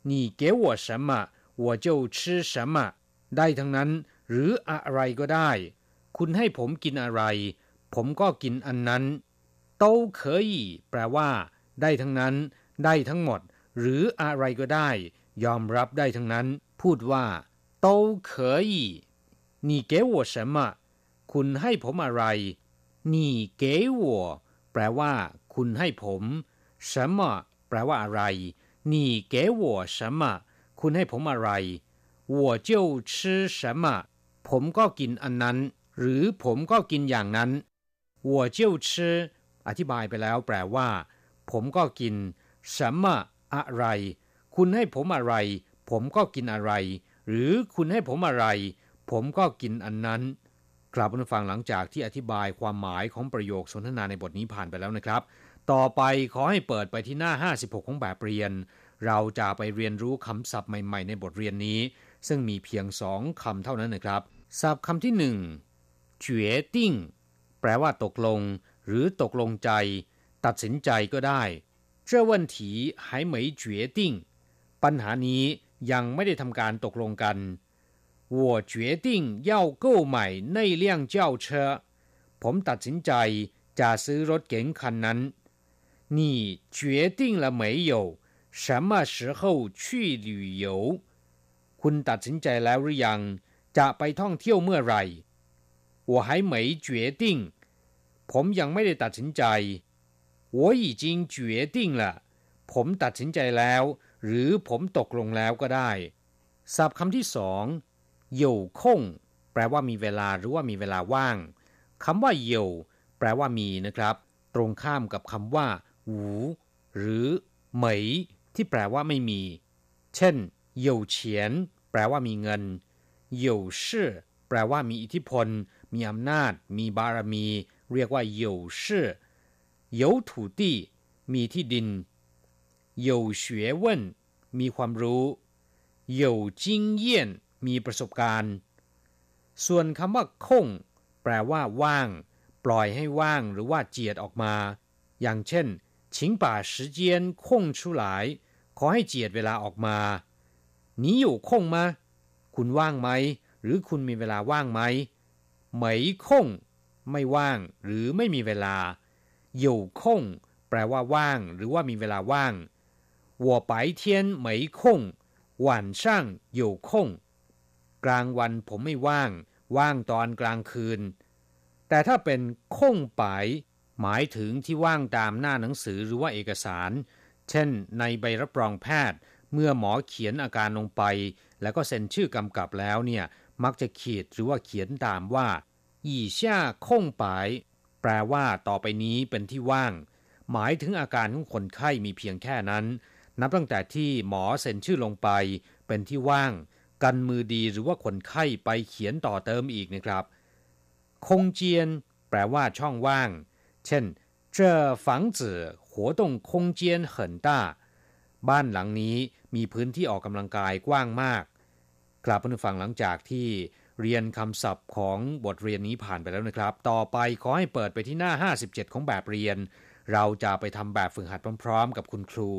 你给我什么我就吃什么ได้ทั้งนั้นหรืออะไรก็ได้คุณให้ผมกินอะไรผมก็กินอันนั้น都可以แปลว่าได้ทั้งนั้นได้ทั้งหมดหรืออะไรก็ได้ยอมรับได้ทั้งนั้นพูดว่า都可以你给我什么คุณให้ผมอะไร你给我แปลว่าคุณให้ผม什么แปลว่าอะไร你给我什么คุณให้ผมอะไร我就吃什么ผมก็กินอันนั้นหรือผมก็กินอย่างนั้น我就吃อธิบายไปแล้วแปลว่าผมก็กิน什么อะไรคุณให้ผมอะไรผมก็กินอะไรหรือคุณให้ผมอะไรผมก็กินอันนั้นกลับมาฟังหลังจากที่อธิบายความหมายของประโยคสนทนาในบทนี้ผ่านไปแล้วนะครับต่อไปขอให้เปิดไปที่หน้า56ของแบบเรียนเราจะไปเรียนรู้คำศัพท์ใหม่ๆในบทเรียนนี้ซึ่งมีเพียง2คำเท่านั้นนะครับศัพท์คำที่1决定แปลว่าตกลงหรือตกลงใจตัดสินใจก็ได้这问题还没决定ปัญหานี้ยังไม่ได้ทำการตกลงกัน我决定要购买那辆轿车ผมตัดสินใจจะซื้อรถเก๋งคันนั้น你决定了没有什么时候去旅游คุณตัดสินใจแล้วหรือยังจะไปท่องเที่ยวเมื่อไหร่我还没决定ผมยังไม่ได้ตัดสินใจ我已经决定了ผมตัดสินใจแล้วหรือผมตกลงแล้วก็ได้ศัพท์คำที่2有空แปลว่ามีเวลาหรือว่ามีเวลาว่างคำว่า有แปลว่ามีนะครับตรงข้ามกับคำว่าหูหรือเหมยที่แปลว่าไม่มีเช่น有钱แปลว่ามีเงิน有事แปลว่ามีอิทธิพลมีอำนาจมีบารมีเรียกว่า有事有土地มีที่ดิน有学问มีความรู้有经验มีประสบการณ์ส่วนคำว่าคงแปลว่าว่างปล่อยให้ว่างหรือว่าเจียดออกมาอย่างเช่น请把时间空出来ขอให้เจียดเวลาออกมา你有空吗คุณว่างไหมหรือคุณมีเวลาว่างไหม没空ไม่ว่างหรือไม่มีเวลา有空แปลว่าว่างหรือว่ามีเวลาว่าง我白天没空晚上有空กลางวันผมไม่ว่างว่างตอนกลางคืนแต่ถ้าเป็นคงไปหมายถึงที่ว่างตามหน้าหนังสือหรือว่าเอกสารเช่นในใบรับรองแพทย์เมื่อหมอเขียนอาการลงไปแล้วก็เซ็นชื่อกำกับแล้วเนี่ยมักจะขีดหรือว่าเขียนตามว่า以下空白แปลว่าต่อไปนี้เป็นที่ว่างหมายถึงอาการของคนไข้มีเพียงแค่นั้นนับตั้งแต่ที่หมอเซ็นชื่อลงไปเป็นที่ว่างกันมือดีหรือว่าคนไข้ไปเขียนต่อเติมอีกนะครับคงเจียนแปลว่าช่องว่างเช่น这房子活动空间很大บ้านหลังนี้มีพื้นที่ออกกำลังกายกว้างมากกลับมาฟังหลังจากที่เรียนคำศัพท์ของบทเรียนนี้ผ่านไปแล้วนะครับต่อไปขอให้เปิดไปที่หน้า57ของแบบเรียนเราจะไปทำแบบฝึกหัดพร้อมๆกับคุณครู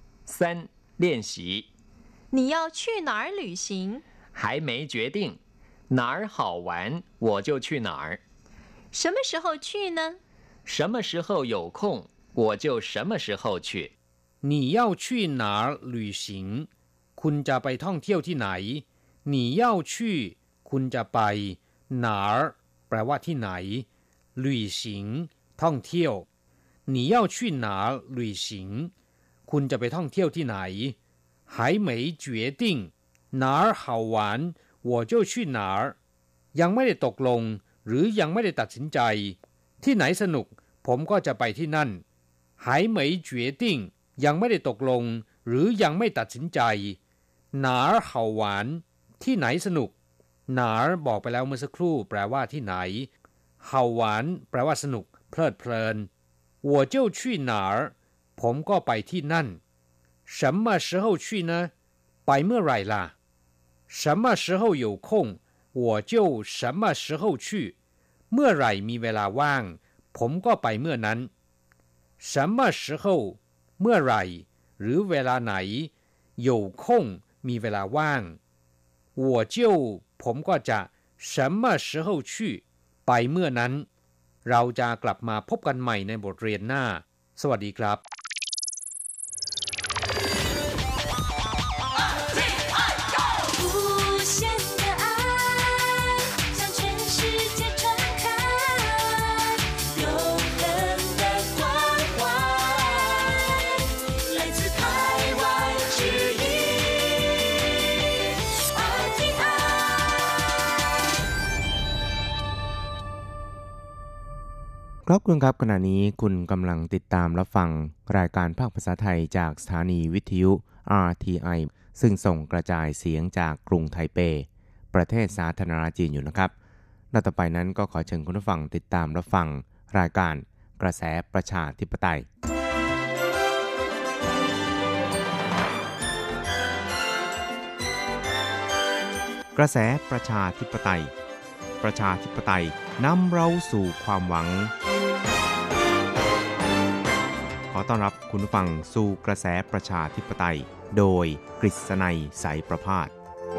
3练习你要去哪儿旅行还没决定哪儿好玩我就去哪儿什么时候去呢什么时候有空我就什么时候去你要去哪儿旅行คุณจะไปท่องเที่ยวที่ไหน你要去คุณจะไป哪儿แปลว่าที่ไหน旅行ท่องเที่ยว你要去哪儿旅行คุณจะไปท่องเที่ยวที่ไหน还没决定哪儿好玩我就去哪儿ยังไม่ได้ตกลงหรือยังไม่ได้ตัดสินใจที่ไหนสนุกผมก็จะไปที่นั่น还没决定ยังไม่ได้ตกลงหรือยังไม่ตัดสินใจ哪儿好玩ที่ไหนสนุก哪儿บอกไปแล้วเมื่อสักครู่แปลว่าที่ไหน好玩แปลว่าสนุกเพลิดเพลิน我就去哪儿ผมก็ไปที่นั่น什么时候去呢ไปเมื่อไหร่ล่ะ什么时候有空我就什么时候去เมื่อไหร่มีเวลาว่างผมก็ไปเมื่อนั้น什么时候เมื่อไหร่หรือเวลาไหน有空มีเวลาว่างผมก็จะ什么时候去ไปเมื่อนั้นเราจะกลับมาพบกันใหม่ในบทเรียนหน้าสวัสดีครับครับคุณครับขณะนี้คุณกำลังติดตามรับฟังรายการภาคภาษาไทยจากสถานีวิทยุ RTI ซึ่งส่งกระจายเสียงจากกรุงไทเปประเทศสาธารณรัฐจีนอยู่นะครับและต่อไปนั้นก็ขอเชิญคุณผู้ฟังติดตามรับฟังรายการกระแสประชาธิปไตยกระแสประชาธิปไตยประชาธิปไตยนำเราสู่ความหวังขอต้อนรับคุณผู้ฟังสู่กระแสประชาธิปไตยโดยกฤษณัยสายประภาส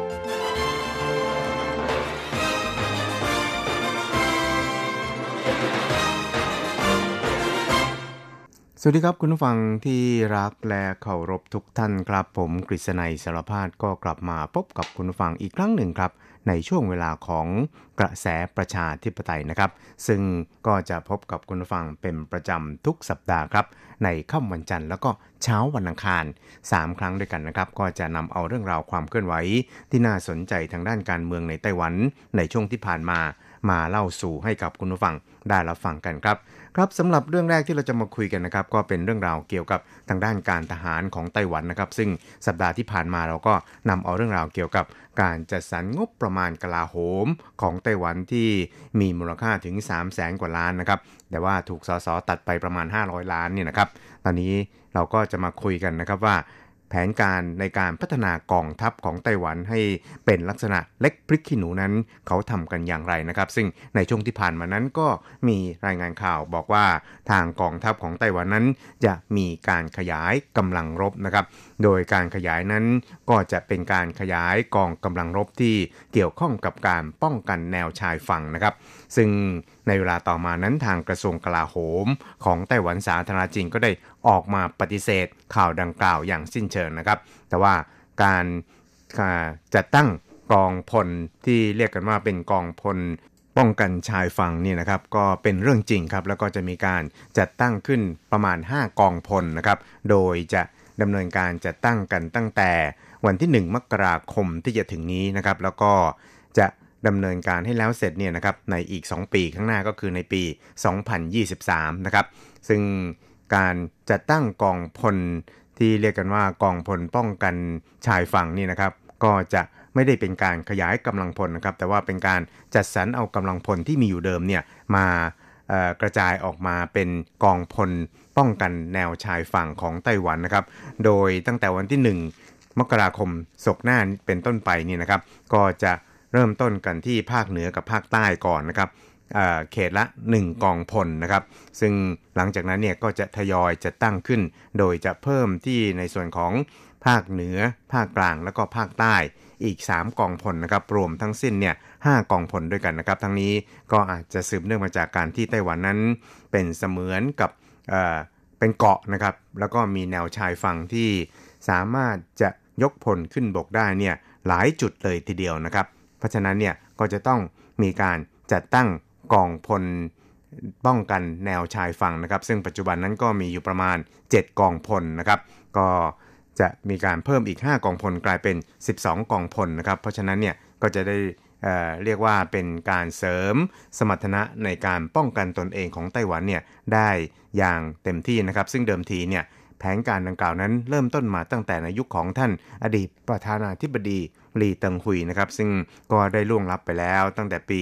สวัสดีครับคุณผู้ฟังที่รักและเคารพทุกท่านครับผมกฤษณัยสารพาสก็กลับมาพบกับคุณผู้ฟังอีกครั้งหนึ่งครับในช่วงเวลาของกระแสประชาธิปไตยนะครับซึ่งก็จะพบกับคุณผู้ฟังเป็นประจำทุกสัปดาห์ครับในค่ำวันจันทร์แล้วก็เช้าวันอังคาร3ครั้งด้วยกันนะครับก็จะนำเอาเรื่องราวความเคลื่อนไหวที่น่าสนใจทางด้านการเมืองในไต้หวันในช่วงที่ผ่านมาเล่าสู่ให้กับคุณผู้ฟังได้รับฟังกันครับครับสำหรับเรื่องแรกที่เราจะมาคุยกันนะครับก็เป็นเรื่องราวเกี่ยวกับทางด้านการทหารของไต้หวันนะครับซึ่งสัปดาห์ที่ผ่านมาเราก็นำเอาเรื่องราวเกี่ยวกับการจัดสรรงบประมาณกลาโหมของไต้หวันที่มีมูลค่าถึง 300,000 กว่าล้านนะครับแต่ว่าถูกสสตัดไปประมาณ500ล้านเนี่ยนะครับตอนนี้เราก็จะมาคุยกันนะครับว่าแผนการในการพัฒนากองทัพของไต้หวันให้เป็นลักษณะเล็กพริกขี้หนูนั้นเขาทำกันอย่างไรนะครับซึ่งในช่วงที่ผ่านมานั้นก็มีรายงานข่าวบอกว่าทางกองทัพของไต้หวันนั้นจะมีการขยายกำลังรบนะครับโดยการขยายนั้นก็จะเป็นการขยายกองกำลังรบที่เกี่ยวข้องกับการป้องกันแนวชายฝั่งนะครับซึ่งในเวลาต่อมานั้นทางกระทรวงกลาโหมของไต้หวันสาธารณรัฐจีนก็ได้ออกมาปฏิเสธข่าวดังกล่าวอย่างสิ้นเชิงนะครับแต่ว่าการจัดตั้งกองพลที่เรียกกันว่าเป็นกองพลป้องกันชายฝั่งนี่นะครับก็เป็นเรื่องจริงครับแล้วก็จะมีการจัดตั้งขึ้นประมาณ5กองพลนะครับโดยจะดำเนินการจัดตั้งกันตั้งแต่วันที่1มกราคมที่จะถึงนี้นะครับแล้วก็จะดำเนินการให้แล้วเสร็จเนี่ยนะครับในอีก2ปีข้างหน้าก็คือในปี 2023 นะครับซึ่งการจัดตั้งกองพลที่เรียกกันว่ากองพลป้องกันชายฝั่งนี่นะครับก็จะไม่ได้เป็นการขยายกำลังพลนะครับแต่ว่าเป็นการจัดสรรเอากำลังพลที่มีอยู่เดิมเนี่ยมากระจายออกมาเป็นกองพลป้องกันแนวชายฝั่งของไต้หวันนะครับโดยตั้งแต่วันที่1มกราคมศกหน้าเป็นต้นไปนี่นะครับก็จะเริ่มต้นกันที่ภาคเหนือกับภาคใต้ก่อนนะครับเขตละ1กองพลนะครับซึ่งหลังจากนั้นเนี่ยก็จะทยอยจะตั้งขึ้นโดยจะเพิ่มที่ในส่วนของภาคเหนือภาคกลางแล้วก็ภาคใต้อีก3กองพลนะครับรวมทั้งสิ้นเนี่ย5กองพลด้วยกันนะครับทั้งนี้ก็อาจจะสืบเนื่องมาจากการที่ไต้หวันนั้นเป็นเสมือนกับเป็นเกาะนะครับแล้วก็มีแนวชายฝั่งที่สามารถจะยกพลขึ้นบกได้เนี่ยหลายจุดเลยทีเดียวนะครับเพราะฉะนั้นเนี่ยก็จะต้องมีการจัดตั้งกองพลป้องกันแนวชายฝั่งนะครับซึ่งปัจจุบันนั้นก็มีอยู่ประมาณ7กองพลนะครับก็จะมีการเพิ่มอีก5กองพลกลายเป็น12กองพลนะครับเพราะฉะนั้นเนี่ยก็จะได้เรียกว่าเป็นการเสริมสมรรถนะในการป้องกันตนเองของไต้หวันเนี่ยได้อย่างเต็มที่นะครับซึ่งเดิมทีเนี่ยแผนการดังกล่าวนั้นเริ่มต้นมาตั้งแต่ในยุคของท่านอดีตประธานาธิบดีหลี่เติงหุยนะครับซึ่งก็ได้ล่วงลับไปแล้วตั้งแต่ปี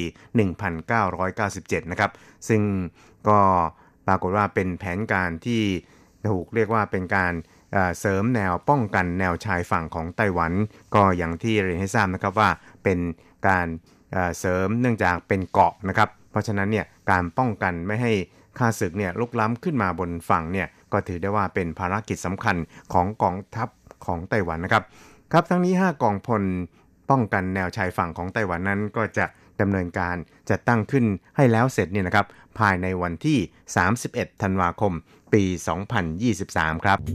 1997 นะครับซึ่งก็ปรากฏว่าเป็นแผนการที่ถูกเรียกว่าเป็นการเสริมแนวป้องกันแนวชายฝั่งของไต้หวันก็อย่างที่เรียนให้ทราบนะครับว่าเป็นการเสริมเนื่องจากเป็นเกาะนะครับเพราะฉะนั้นเนี่ยการป้องกันไม่ให้ข้าศึกเนี่ยลุกล้ำขึ้นมาบนฝั่งเนี่ยก็ถือได้ว่าเป็นภารกิจสำคัญของกองทัพของไต้หวันนะครับครับทั้งนี้5กองพลป้องกันแนวชายฝั่งของไต้หวันนั้นก็จะดำเนินการจัดตั้งขึ้นให้แล้วเสร็จเนี่ยนะครับภายในวันที่31ธันวาคมปี2023ครับ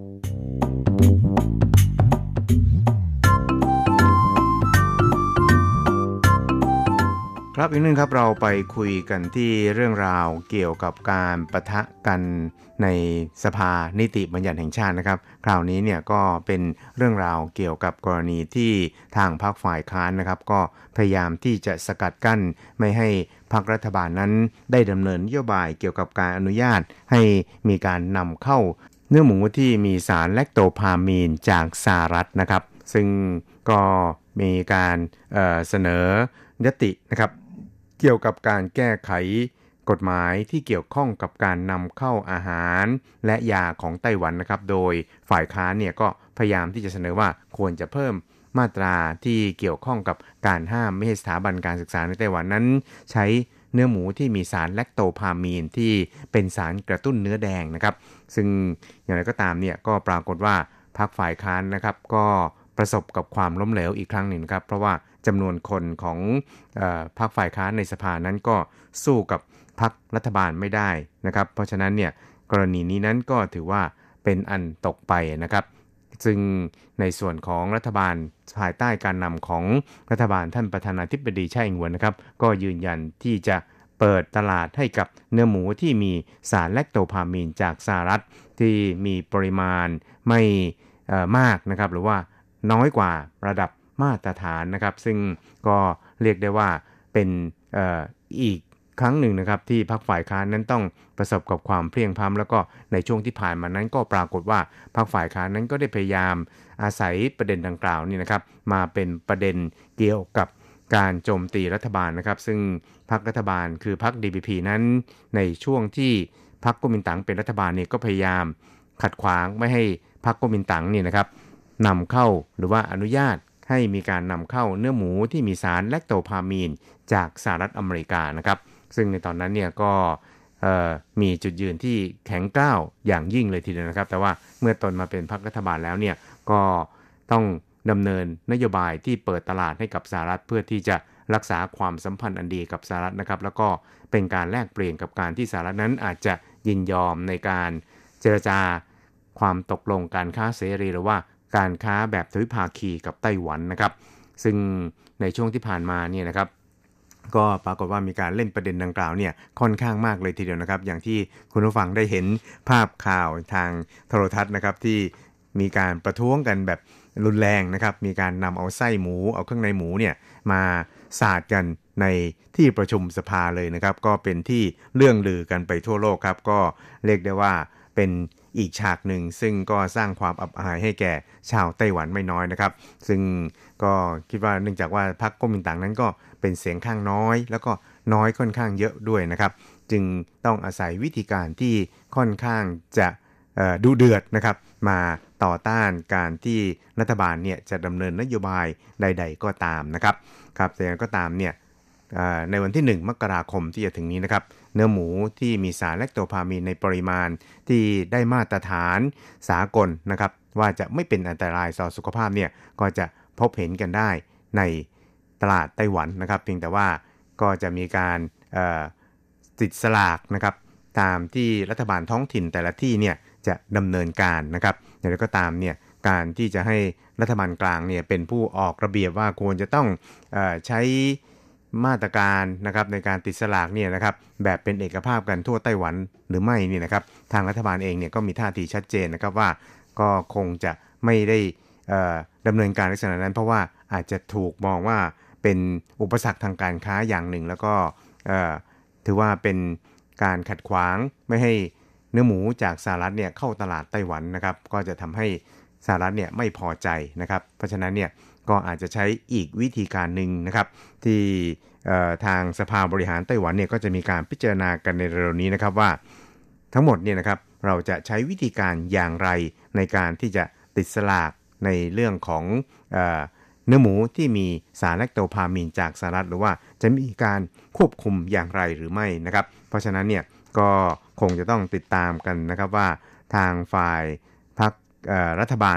ครับอีกนึงครับเราไปคุยกันที่เรื่องราวเกี่ยวกับการปะทะกันในสภานิติบัญญัติแห่งชาตินะครับคราวนี้เนี่ยก็เป็นเรื่องราวเกี่ยวกับกรณีที่ทางพรรคฝ่ายค้านนะครับก็พยายามที่จะสกัดกั้นไม่ให้พรรครัฐบาลนั้นได้ดำเนินนโยบายเกี่ยวกับการอนุญาตให้มีการนำเข้าเนื้อหมูที่มีสารแลคโตพามีนจากสหรัฐนะครับซึ่งก็มีการเสนอยตินะครับเกี่ยวกับการแก้ไขกฎหมายที่เกี่ยวข้องกับการนำเข้าอาหารและยาของไต้หวันนะครับโดยฝ่ายค้านเนี่ยก็พยายามที่จะเสนอว่าควรจะเพิ่มมาตราที่เกี่ยวข้องกับการห้ามไม่ให้สถาบันการศึกษาในไต้หวันนั้นใช้เนื้อหมูที่มีสารแลคโตพามีนที่เป็นสารกระตุ้นเนื้อแดงนะครับซึ่งอย่างไรก็ตามเนี่ยก็ปรากฏว่าพรรคฝ่ายค้านนะครับก็ประสบกับความล้มเหลวอีกครั้งหนึ่งครับเพราะว่าจำนวนคนของพรรคฝ่ายค้านในสภานั้นก็สู้กับพรรครัฐบาลไม่ได้นะครับเพราะฉะนั้นเนี่ยกรณีนี้นั้นก็ถือว่าเป็นอันตกไปนะครับซึ่งในส่วนของรัฐบาลภายใต้การนำของรัฐบาลท่านประธานาธิบดีไช่อิงเหวินนะครับก็ยืนยันที่จะเปิดตลาดให้กับเนื้อหมูที่มีสารแลคโตพามีนจากสหรัฐที่มีปริมาณไม่มากนะครับหรือว่าน้อยกว่าระดับมาตรฐานนะครับซึ่งก็เรียกได้ว่าเป็นอีกครั้งหนึ่งนะครับที่พรรคฝ่ายค้านนั้นต้องประสบกับความเพลียงพล้ำแล้วก็ในช่วงที่ผ่านมานั้นก็ปรากฏว่าพรรคฝ่ายค้านนั้นก็ได้พยายามอาศัยประเด็นดังกล่าวนี่นะครับมาเป็นประเด็นเกี่ยวกับการโจมตีรัฐบาลนะครับซึ่งพรรครัฐบาลคือพรรค DPP นั้นในช่วงที่พรรคก๊กมินตั๋งเป็นรัฐบาลเนี่ยก็พยายามขัดขวางไม่ให้พรรคก๊กมินตั๋งนี่นะครับนำเข้าหรือว่าอนุญาตให้มีการนำเข้าเนื้อหมูที่มีสารแลคโตพามีนจากสหรัฐอเมริกานะครับซึ่งในตอนนั้นเนี่ยก็มีจุดยืนที่แข็งกร้าวอย่างยิ่งเลยทีเดียวนะครับแต่ว่าเมื่อตนมาเป็นพรรครัฐบาลแล้วเนี่ยก็ต้องดำเนินนโยบายที่เปิดตลาดให้กับสหรัฐเพื่อที่จะรักษาความสัมพันธ์อันดีกับสหรัฐนะครับแล้วก็เป็นการแลกเปลี่ยนกับการที่สหรัฐนั้นอาจจะยินยอมในการเจรจาความตกลงการค้าเสรีหรือว่าการค้าแบบทวิภาคีกับไต้หวันนะครับซึ่งในช่วงที่ผ่านมาเนี่ยนะครับก็ปรากฏว่ามีการเล่นประเด็นดังกล่าวเนี่ยค่อนข้างมากเลยทีเดียวนะครับอย่างที่คุณผู้ฟังได้เห็นภาพข่าวทางโทรทัศน์นะครับที่มีการประท้วงกันแบบรุนแรงนะครับมีการนำเอาไส้หมูเอาเครื่องในหมูเนี่ยมาสาดกันในที่ประชุมสภาเลยนะครับก็เป็นที่เรื่องลือกันไปทั่วโลกครับก็เรียกได้ว่าเป็นอีกฉากหนึ่งซึ่งก็สร้างความอับอายให้แก่ชาวไต้หวันไม่น้อยนะครับซึ่งก็คิดว่าเนื่องจากว่าพรรคก๊กมินตั๋งนั้นก็เป็นเสียงข้างน้อยแล้วก็น้อยค่อนข้างเยอะด้วยนะครับจึงต้องอาศัยวิธีการที่ค่อนข้างจะดุเดือดนะครับมาต่อต้านการที่รัฐบาลเนี่ยจะดำเนินนโยบายใดๆก็ตามนะครับครับแต่ก็ตามเนี่ยในวันที่1มกราคมที่จะถึงนี้นะครับเนื้อหมูที่มีสารแลคโตพามีนในปริมาณที่ได้มาตรฐานสากลนะครับว่าจะไม่เป็นอันตรายต่อสุขภาพเนี่ยก็จะพบเห็นกันได้ในตลาดไต้หวันนะครับเพียงแต่ว่าก็จะมีการติดสลากนะครับตามที่รัฐบาลท้องถิ่นแต่ละที่เนี่ยจะดำเนินการนะครับอย่างไรก็ตามเนี่ยการที่จะให้รัฐบาลกลางเนี่ยเป็นผู้ออกระเบียบว่าควรจะต้องใช้มาตรการนะครับในการติดสลากเนี่ยนะครับแบบเป็นเอกภาพกันทั่วไต้หวันหรือไม่เนี่ยนะครับทางรัฐบาลเองเนี่ยก็มีท่าทีชัดเจนนะครับว่าก็คงจะไม่ได้ดำเนินการในลักษณะนั้นเพราะว่าอาจจะถูกมองว่าเป็นอุปสรรคทางการค้าอย่างหนึ่งแล้วก็ถือว่าเป็นการขัดขวางไม่ให้เนื้อหมูจากสหรัฐเนี่ยเข้าตลาดไต้หวันนะครับก็จะทำให้สหรัฐเนี่ยไม่พอใจนะครับเพราะฉะนั้นเนี่ยก็อาจจะใช้อีกวิธีการหนึ่งนะครับที่ทางสภาบริหารไต้หวันเนี่ยก็จะมีการพิจารณากันในเร็วนี้นะครับว่าทั้งหมดเนี่ยนะครับเราจะใช้วิธีการอย่างไรในการที่จะติดสลากในเรื่องของเนื้อหมูที่มีสารแลคโตพามีนจากสหรัฐหรือว่าจะมีการควบคุมอย่างไรหรือไม่นะครับเพราะฉะนั้นเนี่ยก็คงจะต้องติดตามกันนะครับว่าทางฝ่ายพรรครัฐบาลนะครับ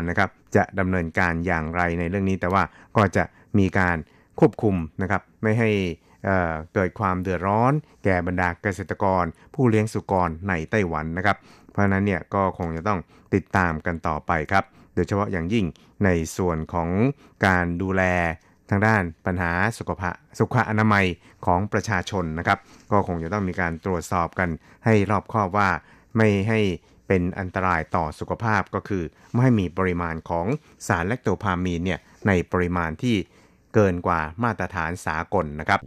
จะดำเนินการอย่างไรในเรื่องนี้แต่ว่าก็จะมีการควบคุมนะครับไม่ให้เกิดความเดือดร้อนแก่บรรดาเกษตรกรผู้เลี้ยงสุกรในไต้หวันนะครับเพราะฉะนั้นเนี่ยก็คงจะต้องติดตามกันต่อไปครับโดยเฉพาะอย่างยิ่งในส่วนของการดูแลทางด้านปัญหาสุขอนามัยของประชาชนนะครับก็คงจะต้องมีการตรวจสอบกันให้รอบคอบว่าไม่ให้เป็นอันตรายต่อสุขภาพก็คือไม่ให้มีปริมาณของสารแลคโตพามีนเนี่ยในปริมาณที่เกินกว่ามาตรฐานสากลนะครับ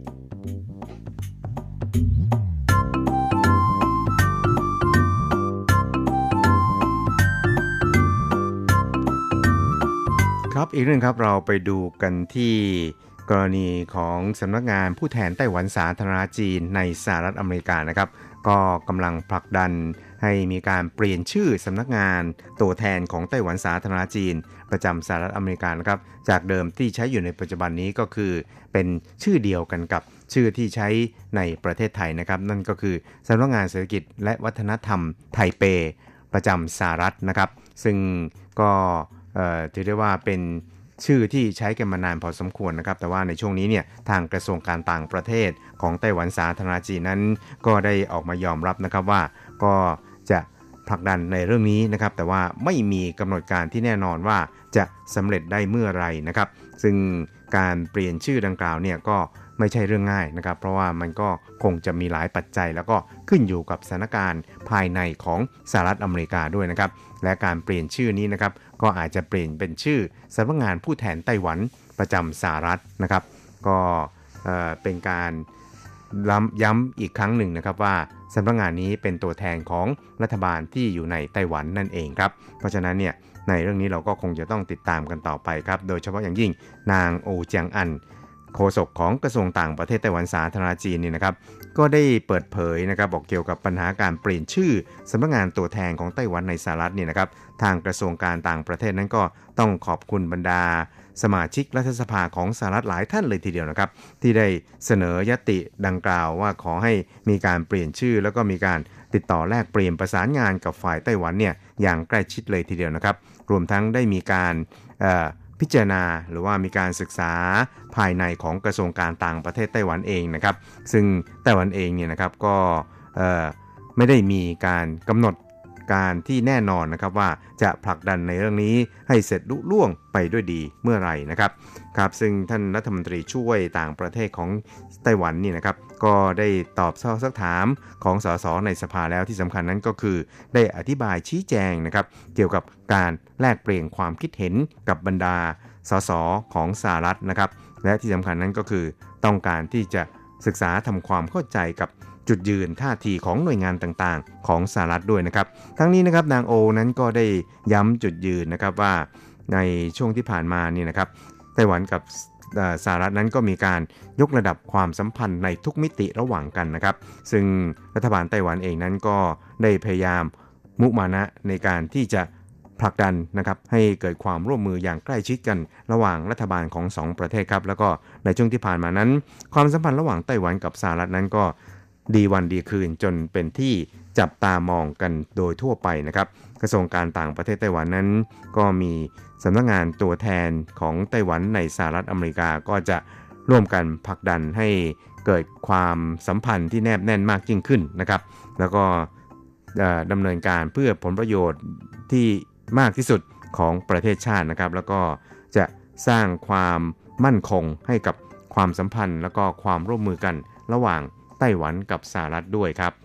ครับอีกเรื่องครับเราไปดูกันที่กรณีของสำนักงานผู้แทนไต้หวันสาธารณรัฐจีนในสหรัฐอเมริกานะครับก็กำลังผลักดันให้มีการเปลี่ยนชื่อสำนักงานตัวแทนของไต้หวันสาธารณรัฐจีนประจำสหรัฐอเมริกานะครับจากเดิมที่ใช้อยู่ในปัจจุบันนี้ก็คือเป็นชื่อเดียวกันกับชื่อที่ใช้ในประเทศไทยนะครับนั่นก็คือสำนักงานเศรษฐกิจและวัฒนธรรมไทเปประจำสหรัฐนะครับซึ่งก็ถือได้ว่าเป็นชื่อที่ใช้กันมานานพอสมควรนะครับแต่ว่าในช่วงนี้เนี่ยทางกระทรวงการต่างประเทศของไต้หวันสาธารณรัฐจีนนั้นก็ได้ออกมายอมรับนะครับว่าก็จะผลักดันในเรื่องนี้นะครับแต่ว่าไม่มีกำหนดการที่แน่นอนว่าจะสำเร็จได้เมื่อไรนะครับซึ่งการเปลี่ยนชื่อดังกล่าวเนี่ยก็ไม่ใช่เรื่องง่ายนะครับเพราะว่ามันก็คงจะมีหลายปัจจัยแล้วก็ขึ้นอยู่กับสถานการณ์ภายในของสหรัฐอเมริกาด้วยนะครับและการเปลี่ยนชื่อนี้นะครับก็อาจจะเปลี่ยนเป็นชื่อสำนักงานผู้แทนไต้หวันประจำสหรัฐนะครับก็เป็นการย้ำอีกครั้งหนึ่งนะครับว่าสำนักงานนี้เป็นตัวแทนของรัฐบาลที่อยู่ในไต้หวันนั่นเองครับเพราะฉะนั้นเนี่ยในเรื่องนี้เราก็คงจะต้องติดตามกันต่อไปครับโดยเฉพาะอย่างยิ่งนางโอเจียงอันโฆษกของกระทรวงต่างประเทศไต้หวันสาธารณรัฐจีนนี่นะครับก็ได้เปิดเผยนะครับบอกเกี่ยวกับปัญหาการเปลี่ยนชื่อสำนักงานตัวแทนของไต้หวันในสหรัฐนี่นะครับทางกระทรวงการต่างประเทศนั้นก็ต้องขอบคุณบรรดาสมาชิกรัฐสภาของสหรัฐหลายท่านเลยทีเดียวนะครับที่ได้เสนอยติดังกล่าวว่าขอให้มีการเปลี่ยนชื่อแล้วก็มีการติดต่อแลกเปลี่ยนประสานงานกับฝ่ายไต้หวันเนี่ยอย่างใกล้ชิดเลยทีเดียวนะครับรวมทั้งได้มีการพิจารณาหรือว่ามีการศึกษาภายในของกระทรวงการต่างประเทศไต้หวันเองนะครับซึ่งไต้หวันเองเนี่ยนะครับก็ไม่ได้มีการกำหนดการที่แน่นอนนะครับว่าจะผลักดันในเรื่องนี้ให้เสร็จลุล่วงไปด้วยดีเมื่อไหร่นะครับครับซึ่งท่านรัฐมนตรีช่วยต่างประเทศของไต้หวันนี่นะครับก็ได้ตอบข้อซักถามของสสในสภาแล้วที่สำคัญนั้นก็คือได้อธิบายชี้แจงนะครับเกี่ยวกับการแลกเปลี่ยนความคิดเห็นกับบรรดาสสของสหรัฐนะครับและที่สำคัญนั้นก็คือต้องการที่จะศึกษาทำความเข้าใจกับจุดยืนท่าทีของหน่วยงานต่างๆของสหรัฐด้วยนะครับทั้งนี้นะครับนางโอนั้นก็ได้ย้ำจุดยืนนะครับว่าในช่วงที่ผ่านมานี่นะครับไต้หวันกับสหรัฐนั้นก็มีการยกระดับความสัมพันธ์ในทุกมิติระหว่างกันนะครับซึ่งรัฐบาลไต้หวันเองนั้นก็ได้พยายามมุมานะในการที่จะผลักดันนะครับให้เกิดความร่วมมืออย่างใกล้ชิดกันระหว่างรัฐบาลของ2ประเทศครับแล้วก็ในช่วงที่ผ่านมานั้นความสัมพันธ์ระหว่างไต้หวันกับสหรัฐนั้นก็ดีวันดีคืนจนเป็นที่จับตามองกันโดยทั่วไปนะครับกระทรวงการต่างประเทศไต้หวันนั้นก็มีสำนักงานตัวแทนของไต้หวันในสหรัฐอเมริกาก็จะร่วมกันผลักดันให้เกิดความสัมพันธ์ที่แนบแน่นมากยิ่งขึ้นนะครับแล้วก็ดำเนินการเพื่อผลประโยชน์ที่มากที่สุดของประเทศชาตินะครับแล้วก็จะสร้างความมั่นคงให้กับความสัมพันธ์แล้วก็ความร่วมมือกันระหว่างไต้หวันกับสหรัฐด้วยครับ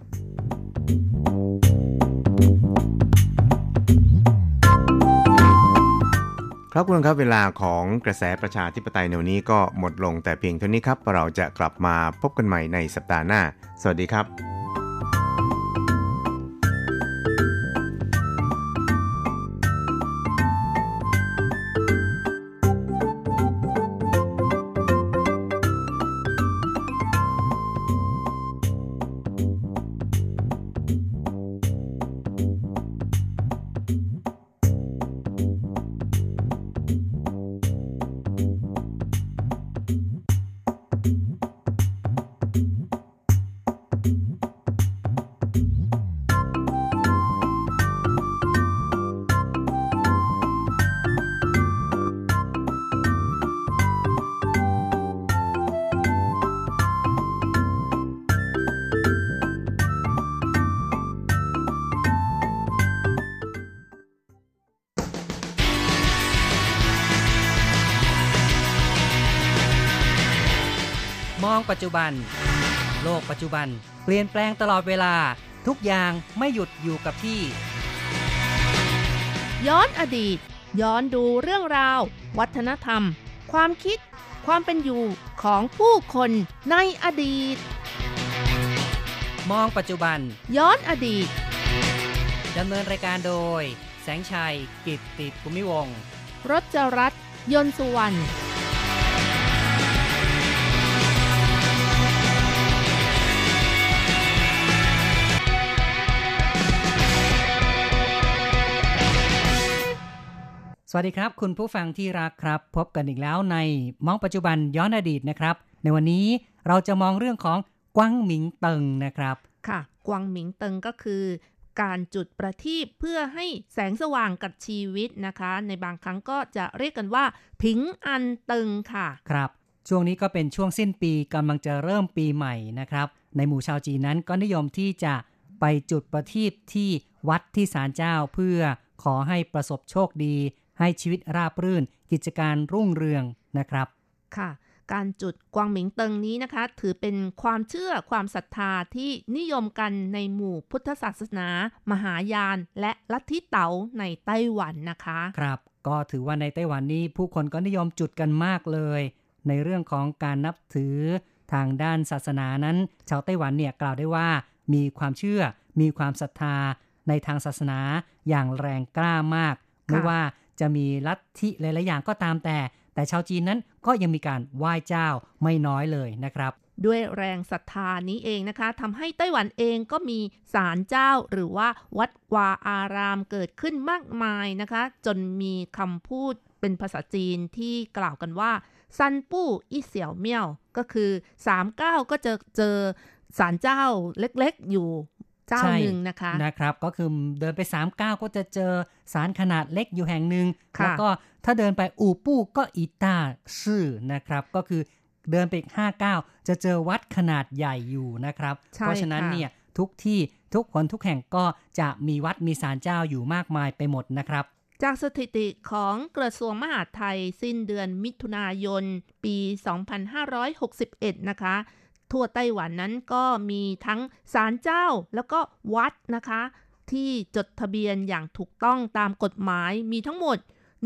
ครับคุณผู้ชมครับเวลาของกระแสประชาธิปไตยในวันนี้ก็หมดลงแต่เพียงเท่านี้ครับเราจะกลับมาพบกันใหม่ในสัปดาห์หน้าสวัสดีครับมองปัจจุบันโลกปัจจุบันเปลี่ยนแปลงตลอดเวลาทุกอย่างไม่หยุดอยู่กับที่ย้อนอดีตย้อนดูเรื่องราววัฒนธรรมความคิดความเป็นอยู่ของผู้คนในอดีตมองปัจจุบันย้อนอดีตดำเนินรายการโดยแสงชัยกิตติภูมิวงศ์รจรัตน์ยนต์สุวรรณสวัสดีครับคุณผู้ฟังที่รักครับพบกันอีกแล้วในมองปัจจุบันย้อนอดีตนะครับในวันนี้เราจะมองเรื่องของกวางหมิงเติงนะครับค่ะกวางหมิงเติงก็คือการจุดประทีปเพื่อให้แสงสว่างกับชีวิตนะคะในบางครั้งก็จะเรียกกันว่าผิงอันเติงค่ะครับช่วงนี้ก็เป็นช่วงสิ้นปีกำลังจะเริ่มปีใหม่นะครับในหมู่ชาวจีนนั้นก็นิยมที่จะไปจุดประทีปที่วัดที่ศาลเจ้าเพื่อขอให้ประสบโชคดีให้ชีวิตราบรื่นกิจการรุ่งเรืองนะครับค่ะการจุดกวางหมิงเติงนี้นะคะถือเป็นความเชื่อความศรัทธาที่นิยมกันในหมู่พุทธศาสนามหายานและลัทธิเต๋าในไต้หวันนะคะครับก็ถือว่าในไต้หวันนี้ผู้คนก็นิยมจุดกันมากเลยในเรื่องของการนับถือทางด้านศาสนานั้นชาวไต้หวันเนี่ยกล่าวได้ว่ามีความเชื่อมีความศรัทธาในทางศาสนาอย่างแรงกล้ามากไม่ว่าจะมีลัทธิหลายๆอย่างก็ตามแต่ชาวจีนนั้นก็ยังมีการไหว้เจ้าไม่น้อยเลยนะครับด้วยแรงศรัทธานี้เองนะคะทำให้ไต้หวันเองก็มีศาลเจ้าหรือว่าวัดวาอารามเกิดขึ้นมากมายนะคะจนมีคำพูดเป็นภาษาจีนที่กล่าวกันว่าซันปู้อีเสี่ยวเมี่ยวก็คือ39ก็จะเจอศาลเจ้าเล็กๆอยู่เจ้าหนึ่งนะครับก็คือเดินไป39ก็จะเจอศาลขนาดเล็กอยู่แห่งหนึ่งแล้วก็ถ้าเดินไปอู่ปู้ก็อีต้าซื่อนะครับก็คือเดินไปอีก59จะเจอวัดขนาดใหญ่อยู่นะครับเพราะฉะนั้นเนี่ยทุกที่ทุกคนทุกแห่งก็จะมีวัดมีศาลเจ้าอยู่มากมายไปหมดนะครับจากสถิติของกระทรวงมหาดไทยสิ้นเดือนมิถุนายนปี2561นะคะทั่วไต้หวันนั้นก็มีทั้งศาลเจ้าแล้วก็วัดนะคะที่จดทะเบียนอย่างถูกต้องตามกฎหมายมีทั้งหมด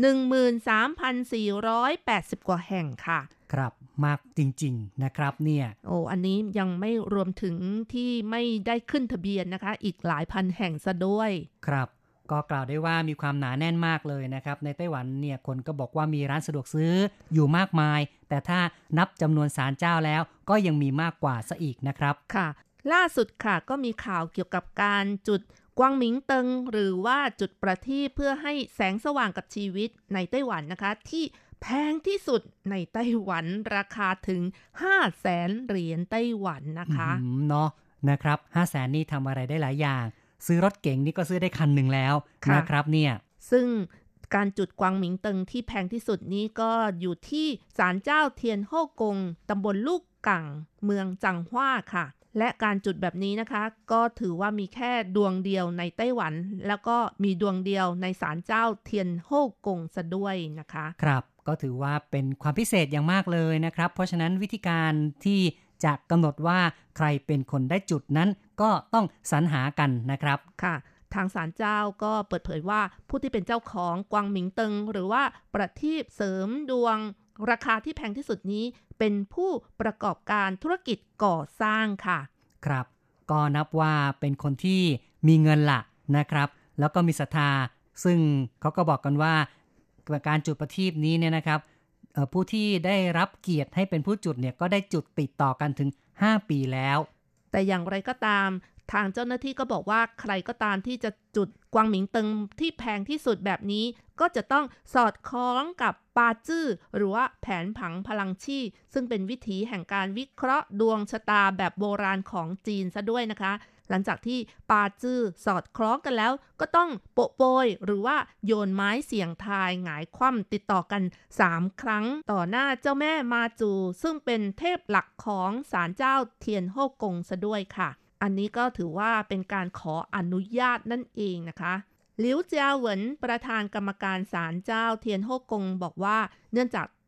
13,480 กว่าแห่งค่ะครับมากจริงๆนะครับเนี่ยอันนี้ยังไม่รวมถึงที่ไม่ได้ขึ้นทะเบียนนะคะอีกหลายพันแห่งซะด้วยครับก็กล่าวได้ว่ามีความหนาแน่นมากเลยนะครับในไต้หวันเนี่ยคนก็บอกว่ามีร้านสะดวกซื้ออยู่มากมายแต่ถ้านับจำนวนศาลเจ้าแล้วก็ยังมีมากกว่าซะอีกนะครับค่ะล่าสุดค่ะก็มีข่าวเกี่ยวกับการจุดกวางหมิงเติงหรือว่าจุดประทีปเพื่อให้แสงสว่างกับชีวิตในไต้หวันนะคะที่แพงที่สุดในไต้หวันราคาถึง 500,000 เหรียญไต้หวันนะคะเนาะนะครับ 500,000 นี่ทำอะไรได้หลายอย่างซื้อรถเก๋งนี่ก็ซื้อได้คันหนึ่งแล้วนะครับเนี่ยซึ่งการจุดกวางหมิงเติงที่แพงที่สุดนี้ก็อยู่ที่ศาลเจ้าเทียนโฮกงตำบลลูกกังเมืองจังหว้าค่ะและการจุดแบบนี้นะคะก็ถือว่ามีแค่ดวงเดียวในไต้หวันแล้วก็มีดวงเดียวในศาลเจ้าเทียนโฮกงซะด้วยนะคะครับก็ถือว่าเป็นความพิเศษอย่างมากเลยนะครับเพราะฉะนั้นวิธีการที่จะกำหนดว่าใครเป็นคนได้จุดนั้นก็ต้องสรรหากันนะครับค่ะทางศาลเจ้าก็เปิดเผยว่าผู้ที่เป็นเจ้าของกวางหมิงเติงหรือว่าประทีปเสริมดวงราคาที่แพงที่สุดนี้เป็นผู้ประกอบการธุรกิจก่อสร้างค่ะครับก็นับว่าเป็นคนที่มีเงินละนะครับแล้วก็มีศรัทธาซึ่งเขาก็บอกกันว่าการจุดประทีปนี้เนี่ยนะครับผู้ที่ได้รับเกียรติให้เป็นผู้จุดเนี่ยก็ได้จุดติดต่อกันถึง5 ปีแล้วแต่อย่างไรก็ตามทางเจ้าหน้าที่ก็บอกว่าใครก็ตามที่จะจุดกวางหมิงเติงที่แพงที่สุดแบบนี้ก็จะต้องสอดคล้องกับปาจื้อหรือว่าแผนผังพลังชี่ซึ่งเป็นวิถีแห่งการวิเคราะห์ดวงชะตาแบบโบราณของจีนซะด้วยนะคะหลังจากที่ปาจื้อสอดคล้องกันแล้วก็ต้องโปะโปยหรือว่าโยนไม้เสี่ยงทายหงายคว่ำติดต่อกัน3 ครั้งต่อหน้าเจ้าแม่มาจูซึ่งเป็นเทพหลักของศาลเจ้าเทียนโฮกงซะด้วยค่ะอันนี้ก็ถือว่าเป็นการขออนุญาตนั่นเองนะคะหลิวเจียเหวินประธานกรรมการศาลเจ้าเทียนโฮกงบอกว่าเนื่องจาก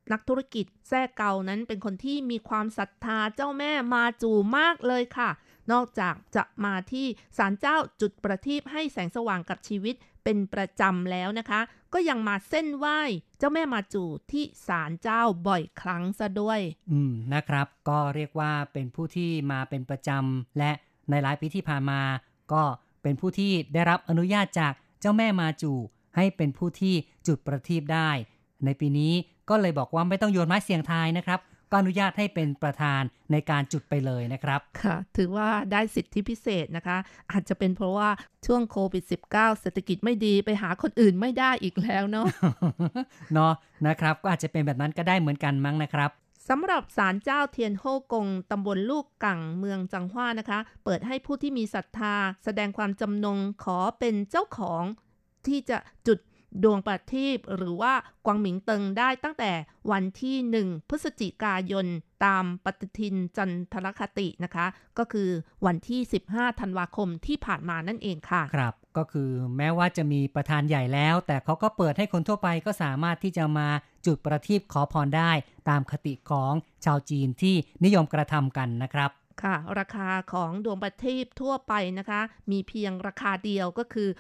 นักธุรกิจแซ่เกานั้นเป็นคนที่มีความศรัทธาเจ้าแม่มาจูมากเลยค่ะนอกจากจะมาที่ศาลเจ้าจุดประทีปให้แสงสว่างกับชีวิตเป็นประจำแล้วนะคะก็ยังมาเส้นไหว้เจ้าแม่มาจูที่ศาลเจ้าบ่อยครั้งซะด้วยนะครับก็เรียกว่าเป็นผู้ที่มาเป็นประจำและในหลายปีที่ผ่านมาก็เป็นผู้ที่ได้รับอนุญาตจากเจ้าแม่มาจูให้เป็นผู้ที่จุดประทีปได้ในปีนี้ก็เลยบอกว่าไม่ต้องโยนไม้เสี่ยงทายนะครับก็อนุญาตให้เป็นประธานในการจุดไปเลยนะครับค่ะถือว่าได้สิทธิพิเศษนะคะอาจจะเป็นเพราะว่าช่วงโควิด -19 เศรษฐกิจไม่ดีไปหาคนอื่นไม่ได้อีกแล้วเนาะเนาะนะครับก็อาจจะเป็นแบบนั้นก็ได้เหมือนกันมั้งนะครับสำหรับศาลเจ้าเทียนโฮกงตำบลลูกกังเมืองจังหว้านะคะเปิดให้ผู้ที่มีศรัทธาแสดงความจำนงขอเป็นเจ้าของที่จะจุดดวงประทีปหรือว่ากวางหมิงเติงได้ตั้งแต่วันที่1พฤศจิกายนตามปฏิทินจันทรคตินะคะก็คือวันที่15ธันวาคมที่ผ่านมานั่นเองค่ะครับก็คือแม้ว่าจะมีประธานใหญ่แล้วแต่เขาก็เปิดให้คนทั่วไปก็สามารถที่จะมาจุดประทีปขอพรได้ตามคติของชาวจีนที่นิยมกระทำกันนะครับค่ะราคาของดวงประทีปทั่วไปนะคะมีเพียงราคาเดียวก็คือ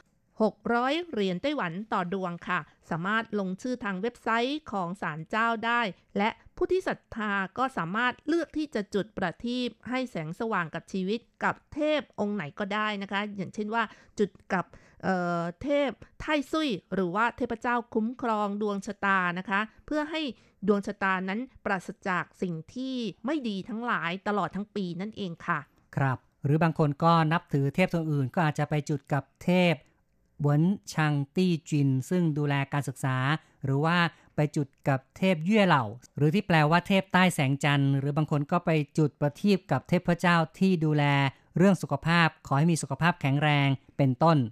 600เหรียญไต้หวันต่อดวงค่ะสามารถลงชื่อทางเว็บไซต์ของศาลเจ้าได้และผู้ที่ศรัทธาก็สามารถเลือกที่จะจุดประทีปให้แสงสว่างกับชีวิตกับเทพองค์ไหนก็ได้นะคะอย่างเช่นว่าจุดกับเทพไท่ซุยหรือว่าเทพเจ้าคุ้มครองดวงชะตานะคะเพื่อให้ดวงชะตานั้นปราศจากสิ่งที่ไม่ดีทั้งหลายตลอดทั้งปีนั่นเองค่ะครับหรือบางคนก็นับถือเทพตัวอื่นก็อาจจะไปจุดกับเทพหวนชังตี้จินซึ่งดูแลการศึกษาหรือว่าไปจุดกับเทพเย่เหล่าหรือที่แปลว่าเทพใต้แสงจันทร์หรือบางคนก็ไปจุดประทีปกับเทพเจ้าที่ดูแลเรื่องสุขภาพขอให้มีสุขภาพแข็งแรงเป็นต้น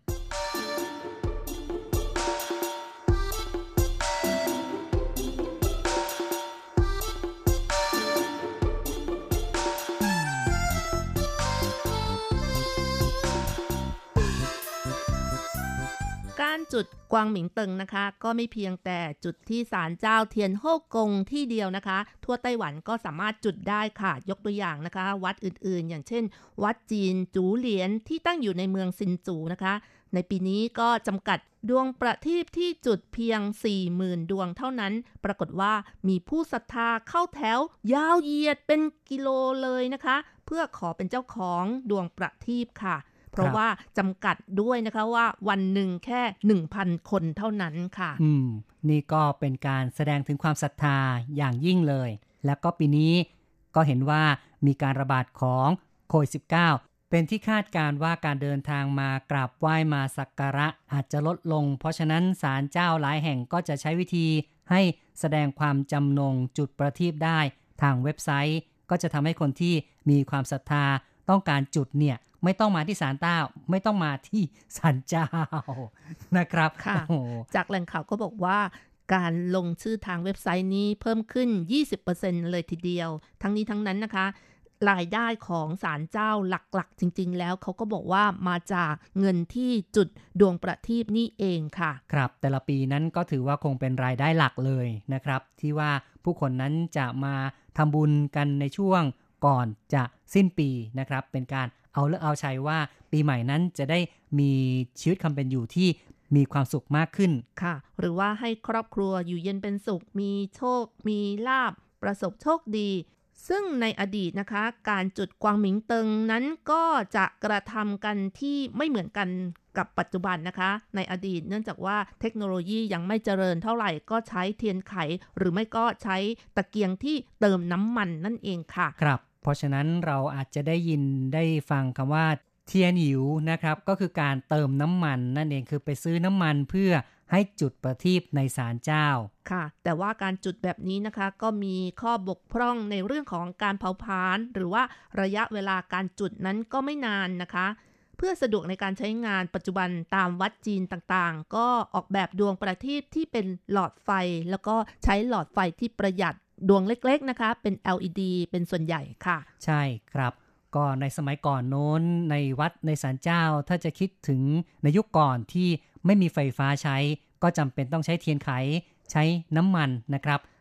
การจุดกวางหมิงเติงนะคะก็ไม่เพียงแต่จุดที่ศาลเจ้าเทียนโฮกงที่เดียวนะคะทั่วไต้หวันก็สามารถจุดได้ค่ะยกตัวอย่างนะคะวัดอื่นๆอย่างเช่นวัดจีนจูเหลียนที่ตั้งอยู่ในเมืองซินจูนะคะในปีนี้ก็จำกัดดวงประทีปที่จุดเพียง 40,000 ดวงเท่านั้นปรากฏว่ามีผู้ศรัทธาเข้าแถวยาวเหยียดเป็นกิโลเลยนะคะเพื่อขอเป็นเจ้าของดวงประทีปค่ะเพราะว่าจำกัดด้วยนะคะว่าวันหนึ่งแค่ 1,000 คนเท่านั้นค่ะนี่ก็เป็นการแสดงถึงความศรัทธาอย่างยิ่งเลยแล้วก็ปีนี้ก็เห็นว่ามีการระบาดของโควิด -19 เป็นที่คาดการว่าการเดินทางมากราบไหว้มาสักการะอาจจะลดลงเพราะฉะนั้นศาลเจ้าหลายแห่งก็จะใช้วิธีให้แสดงความจำนงจุดประทีปได้ทางเว็บไซต์ก็จะทำให้คนที่มีความศรัทธาต้องการจุดเนี่ยไม่ต้องมาที่ศาลเจ้าไม่ต้องมาที่ศาลเจ้านะครับค่ะจากแหล่งข่าวก็บอกว่าการลงชื่อทางเว็บไซต์นี้เพิ่มขึ้น 20% เลยทีเดียวทั้งนี้ทั้งนั้นนะคะรายได้ของศาลเจ้าหลักๆจริงๆแล้วเขาก็บอกว่ามาจากเงินที่จุดดวงประทีปนี่เองค่ะครับแต่ละปีนั้นก็ถือว่าคงเป็นรายได้หลักเลยนะครับที่ว่าผู้คนนั้นจะมาทำบุญกันในช่วงก่อนจะสิ้นปีนะครับเป็นการเอาเลิกเอาชัยว่าปีใหม่นั้นจะได้มีชีวิตความเป็นอยู่ที่มีความสุขมากขึ้นค่ะหรือว่าให้ครอบครัวอยู่เย็นเป็นสุขมีโชคมีลาภประสบโชคดีซึ่งในอดีตนะคะการจุดกวางหมิงเติงนั้นก็จะกระทำกันที่ไม่เหมือนกันกับปัจจุบันนะคะในอดีตเนื่องจากว่าเทคโนโลยียังไม่เจริญเท่าไหร่ก็ใช้เทียนไขหรือไม่ก็ใช้ตะเกียงที่เติมน้ำมันนั่นเองค่ะครับเพราะฉะนั้นเราอาจจะได้ยินได้ฟังคำว่าเทียนหิวนะครับก็คือการเติมน้ำมันนั่นเองคือไปซื้อน้ำมันเพื่อให้จุดประทีปในศาลเจ้าค่ะแต่ว่าการจุดแบบนี้นะคะก็มีข้อบกพร่องในเรื่องของการเผาผลาญหรือว่าระยะเวลาการจุดนั้นก็ไม่นานนะคะเพื่อสะดวกในการใช้งานปัจจุบันตามวัดจีนต่างๆก็ออกแบบดวงประทีปที่เป็นหลอดไฟแล้วก็ใช้หลอดไฟที่ประหยัดดวงเล็กๆนะคะเป็น LED เป็นส่วนใหญ่ค่ะใช่ครับก็ในสมัยก่อนโน้นในวัดในศาลเจ้าถ้าจะคิดถึงในยุคก่อนที่ไม่มีไฟฟ้าใช้ก็จำเป็นต้องใช้เทียนไขใช้น้ำมันนะครับ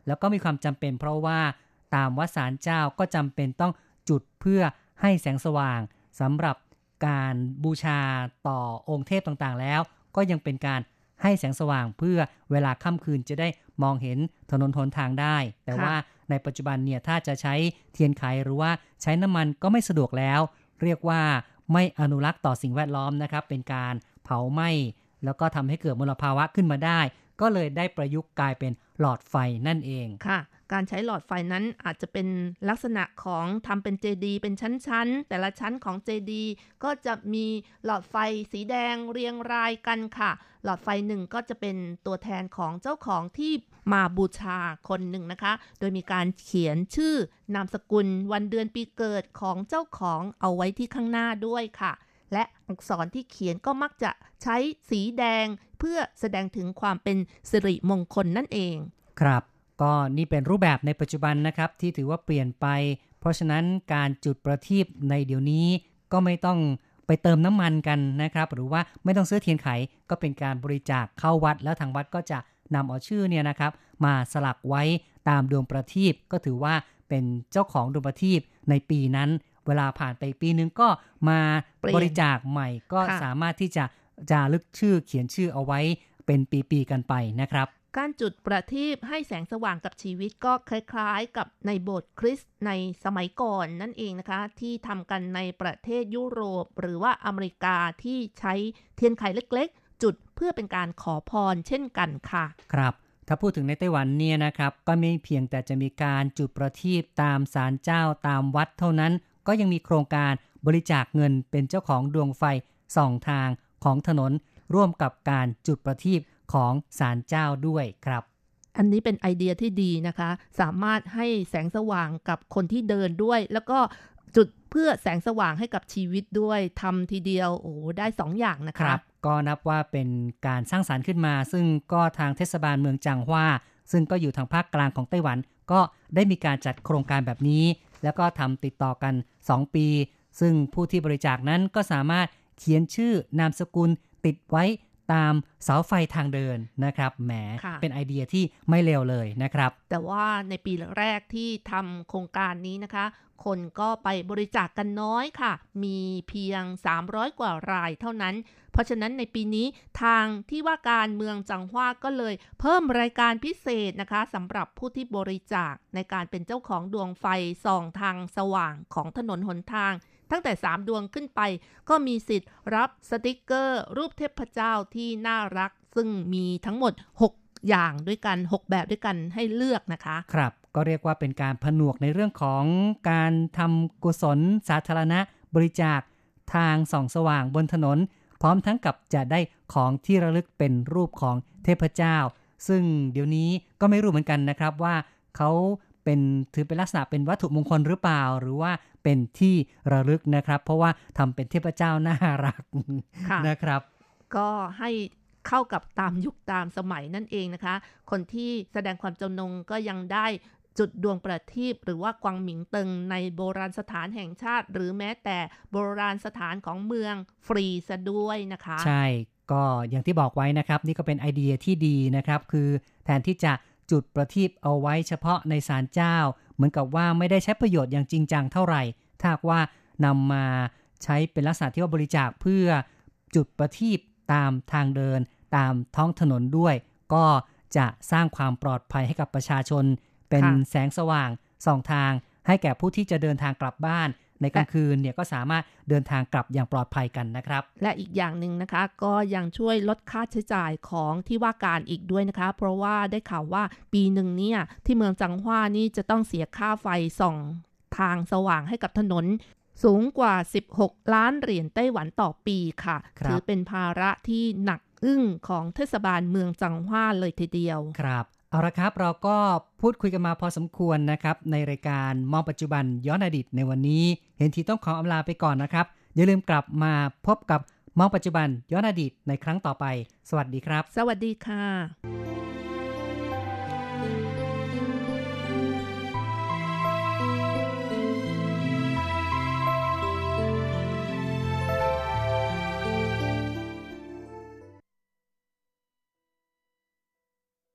แล้วก็มีความจำเป็นเพราะว่าตามวัดศาลเจ้าก็จำเป็นต้องจุดเพื่อให้แสงสว่างสำหรับการบูชาต่อองค์เทพต่างๆแล้วก็ยังเป็นการให้แสงสว่างเพื่อเวลาค่ำคืนจะได้มองเห็นถนนหนทางได้แต่ว่าในปัจจุบันเนี่ยถ้าจะใช้เทียนไขหรือว่าใช้น้ำมันก็ไม่สะดวกแล้วเรียกว่าไม่อนุรักษ์ต่อสิ่งแวดล้อมนะครับเป็นการเผาไหม้แล้วก็ทำให้เกิดมลภาวะขึ้นมาได้ก็เลยได้ประยุกต์กลายเป็นหลอดไฟนั่นเองค่ะการใช้หลอดไฟนั้นอาจจะเป็นลักษณะของทำเป็นเจดีย์เป็นชั้นๆแต่ละชั้นของเจดีย์ก็จะมีหลอดไฟสีแดงเรียงรายกันค่ะหลอดไฟหนึ่งก็จะเป็นตัวแทนของเจ้าของที่มาบูชาคนหนึ่งนะคะโดยมีการเขียนชื่อนามสกุลวันเดือนปีเกิดของเจ้าของเอาไว้ที่ข้างหน้าด้วยค่ะและอักษรที่เขียนก็มักจะใช้สีแดงเพื่อแสดงถึงความเป็นสิริมงคลนั่นเองครับก็นี่เป็นรูปแบบในปัจจุบันนะครับที่ถือว่าเปลี่ยนไปเพราะฉะนั้นการจุดประทีปในเดี๋ยวนี้ก็ไม่ต้องไปเติมน้ำมันกันนะครับหรือว่าไม่ต้องซื้อเทียนไขก็เป็นการบริจาคเข้าวัดแล้วทางวัดก็จะนำเอาชื่อเนี่ยนะครับมาสลักไว้ตามดวงประทีปก็ถือว่าเป็นเจ้าของดวงประทีปในปีนั้นเวลาผ่านไปปีนึงก็มาบริจาคใหม่ก็สามารถที่จะจารึกชื่อเขียนชื่อเอาไว้เป็นปีๆกันไปนะครับการจุดประทีปให้แสงสว่างกับชีวิตก็คล้ายๆกับในโบสถ์คริสต์ในสมัยก่อนนั่นเองนะคะที่ทำกันในประเทศยุโรปหรือว่าอเมริกาที่ใช้เทียนไขเล็กๆจุดเพื่อเป็นการขอพรเช่นกันค่ะครับถ้าพูดถึงในไต้หวันเนี่ยนะครับก็ไม่เพียงแต่จะมีการจุดประทีปตามศาลเจ้าตามวัดเท่านั้นก็ยังมีโครงการบริจาคเงินเป็นเจ้าของดวงไฟส่องทางของถนนร่วมกับการจุดประทีปของศาลเจ้าด้วยครับอันนี้เป็นไอเดียที่ดีนะคะสามารถให้แสงสว่างกับคนที่เดินด้วยแล้วก็จุดเพื่อแสงสว่างให้กับชีวิตด้วยทำทีเดียวโอ้ได้2 อย่างนะคะครับก็นับว่าเป็นการสร้างสรรค์ขึ้นมาซึ่งก็ทางเทศบาลเมืองจางฮวาซึ่งก็อยู่ทางภาคกลางของไต้หวันก็ได้มีการจัดโครงการแบบนี้แล้วก็ทำติดต่อกัน2 ปีซึ่งผู้ที่บริจาคนั้นก็สามารถเขียนชื่อนามสกุลติดไว้ตามเสาไฟทางเดินนะครับแหมเป็นไอเดียที่ไม่เลวเลยนะครับแต่ว่าในปีแรกที่ทำโครงการนี้นะคะคนก็ไปบริจาคกันน้อยค่ะมีเพียง300 กว่ารายเท่านั้นเพราะฉะนั้นในปีนี้ทางที่ว่าการเมืองจังหวัดก็เลยเพิ่มรายการพิเศษนะคะสำหรับผู้ที่บริจาคในการเป็นเจ้าของดวงไฟส่องทางสว่างของถนนหนทางตั้งแต่3 ดวงขึ้นไปก็มีสิทธิ์รับสติกเกอร์รูปเทพเจ้าที่น่ารักซึ่งมีทั้งหมด6 อย่างด้วยกัน6 แบบด้วยกันให้เลือกนะคะครับก็เรียกว่าเป็นการผนวกในเรื่องของการทำกุศลสาธารณะบริจาคทางส่องสว่างบนถนนพร้อมทั้งกับจะได้ของที่ระลึกเป็นรูปของเทพเจ้าซึ่งเดี๋ยวนี้ก็ไม่รู้เหมือนกันนะครับว่าเขาถือเป็นลักษณะเป็นวัตถุมงคลหรือเปล่าหรือว่าเป็นที่ระลึกนะครับเพราะว่าทำเป็นเทพเจ้าน่ารักนะครับก็ให้เข้ากับตามยุคตามสมัยนั่นเองนะคะคนที่แสดงความจำนงก็ยังได้จุดดวงประทีปหรือว่ากวางหมิงเติงในโบราณสถานแห่งชาติหรือแม้แต่โบราณสถานของเมืองฟรีซะด้วยนะคะใช่ก็อย่างที่บอกไว้นะครับนี่ก็เป็นไอเดียที่ดีนะครับคือแทนที่จะจุดประทีปเอาไว้เฉพาะในศาลเจ้าเหมือนกับว่าไม่ได้ใช้ประโยชน์อย่างจริงจังเท่าไหร่ถ้าว่านำมาใช้เป็นลักษณะที่ว่าบริจาคเพื่อจุดประทีปตามทางเดินตามท้องถนนด้วยก็จะสร้างความปลอดภัยให้กับประชาชนเป็นแสงสว่างส่องทางให้แก่ผู้ที่จะเดินทางกลับบ้านในกลางคืนเนี่ยก็สามารถเดินทางกลับอย่างปลอดภัยกันนะครับและอีกอย่างหนึ่งนะคะก็ยังช่วยลดค่าใช้จ่ายของที่ว่าการอีกด้วยนะคะเพราะว่าได้ข่าวว่าปีหนึ่งเนี่ยที่เมืองจังหวัดนี่จะต้องเสียค่าไฟส่องทางสว่างให้กับถนนสูงกว่า16 ล้านเหรียญไต้หวันต่อปีค่ะถือเป็นภาระที่หนักอึ้งของเทศบาลเมืองจังหวัดเลยทีเดียวครับเอาละครับเราก็พูดคุยกันมาพอสมควรนะครับในรายการมองปัจจุบันย้อนอดีตในวันนี้เห็นทีต้องขออำลาไปก่อนนะครับอย่าลืมกลับมาพบกับมองปัจจุบันย้อนอดีตในครั้งต่อไปสวัสดีครับสวัสดีค่ะ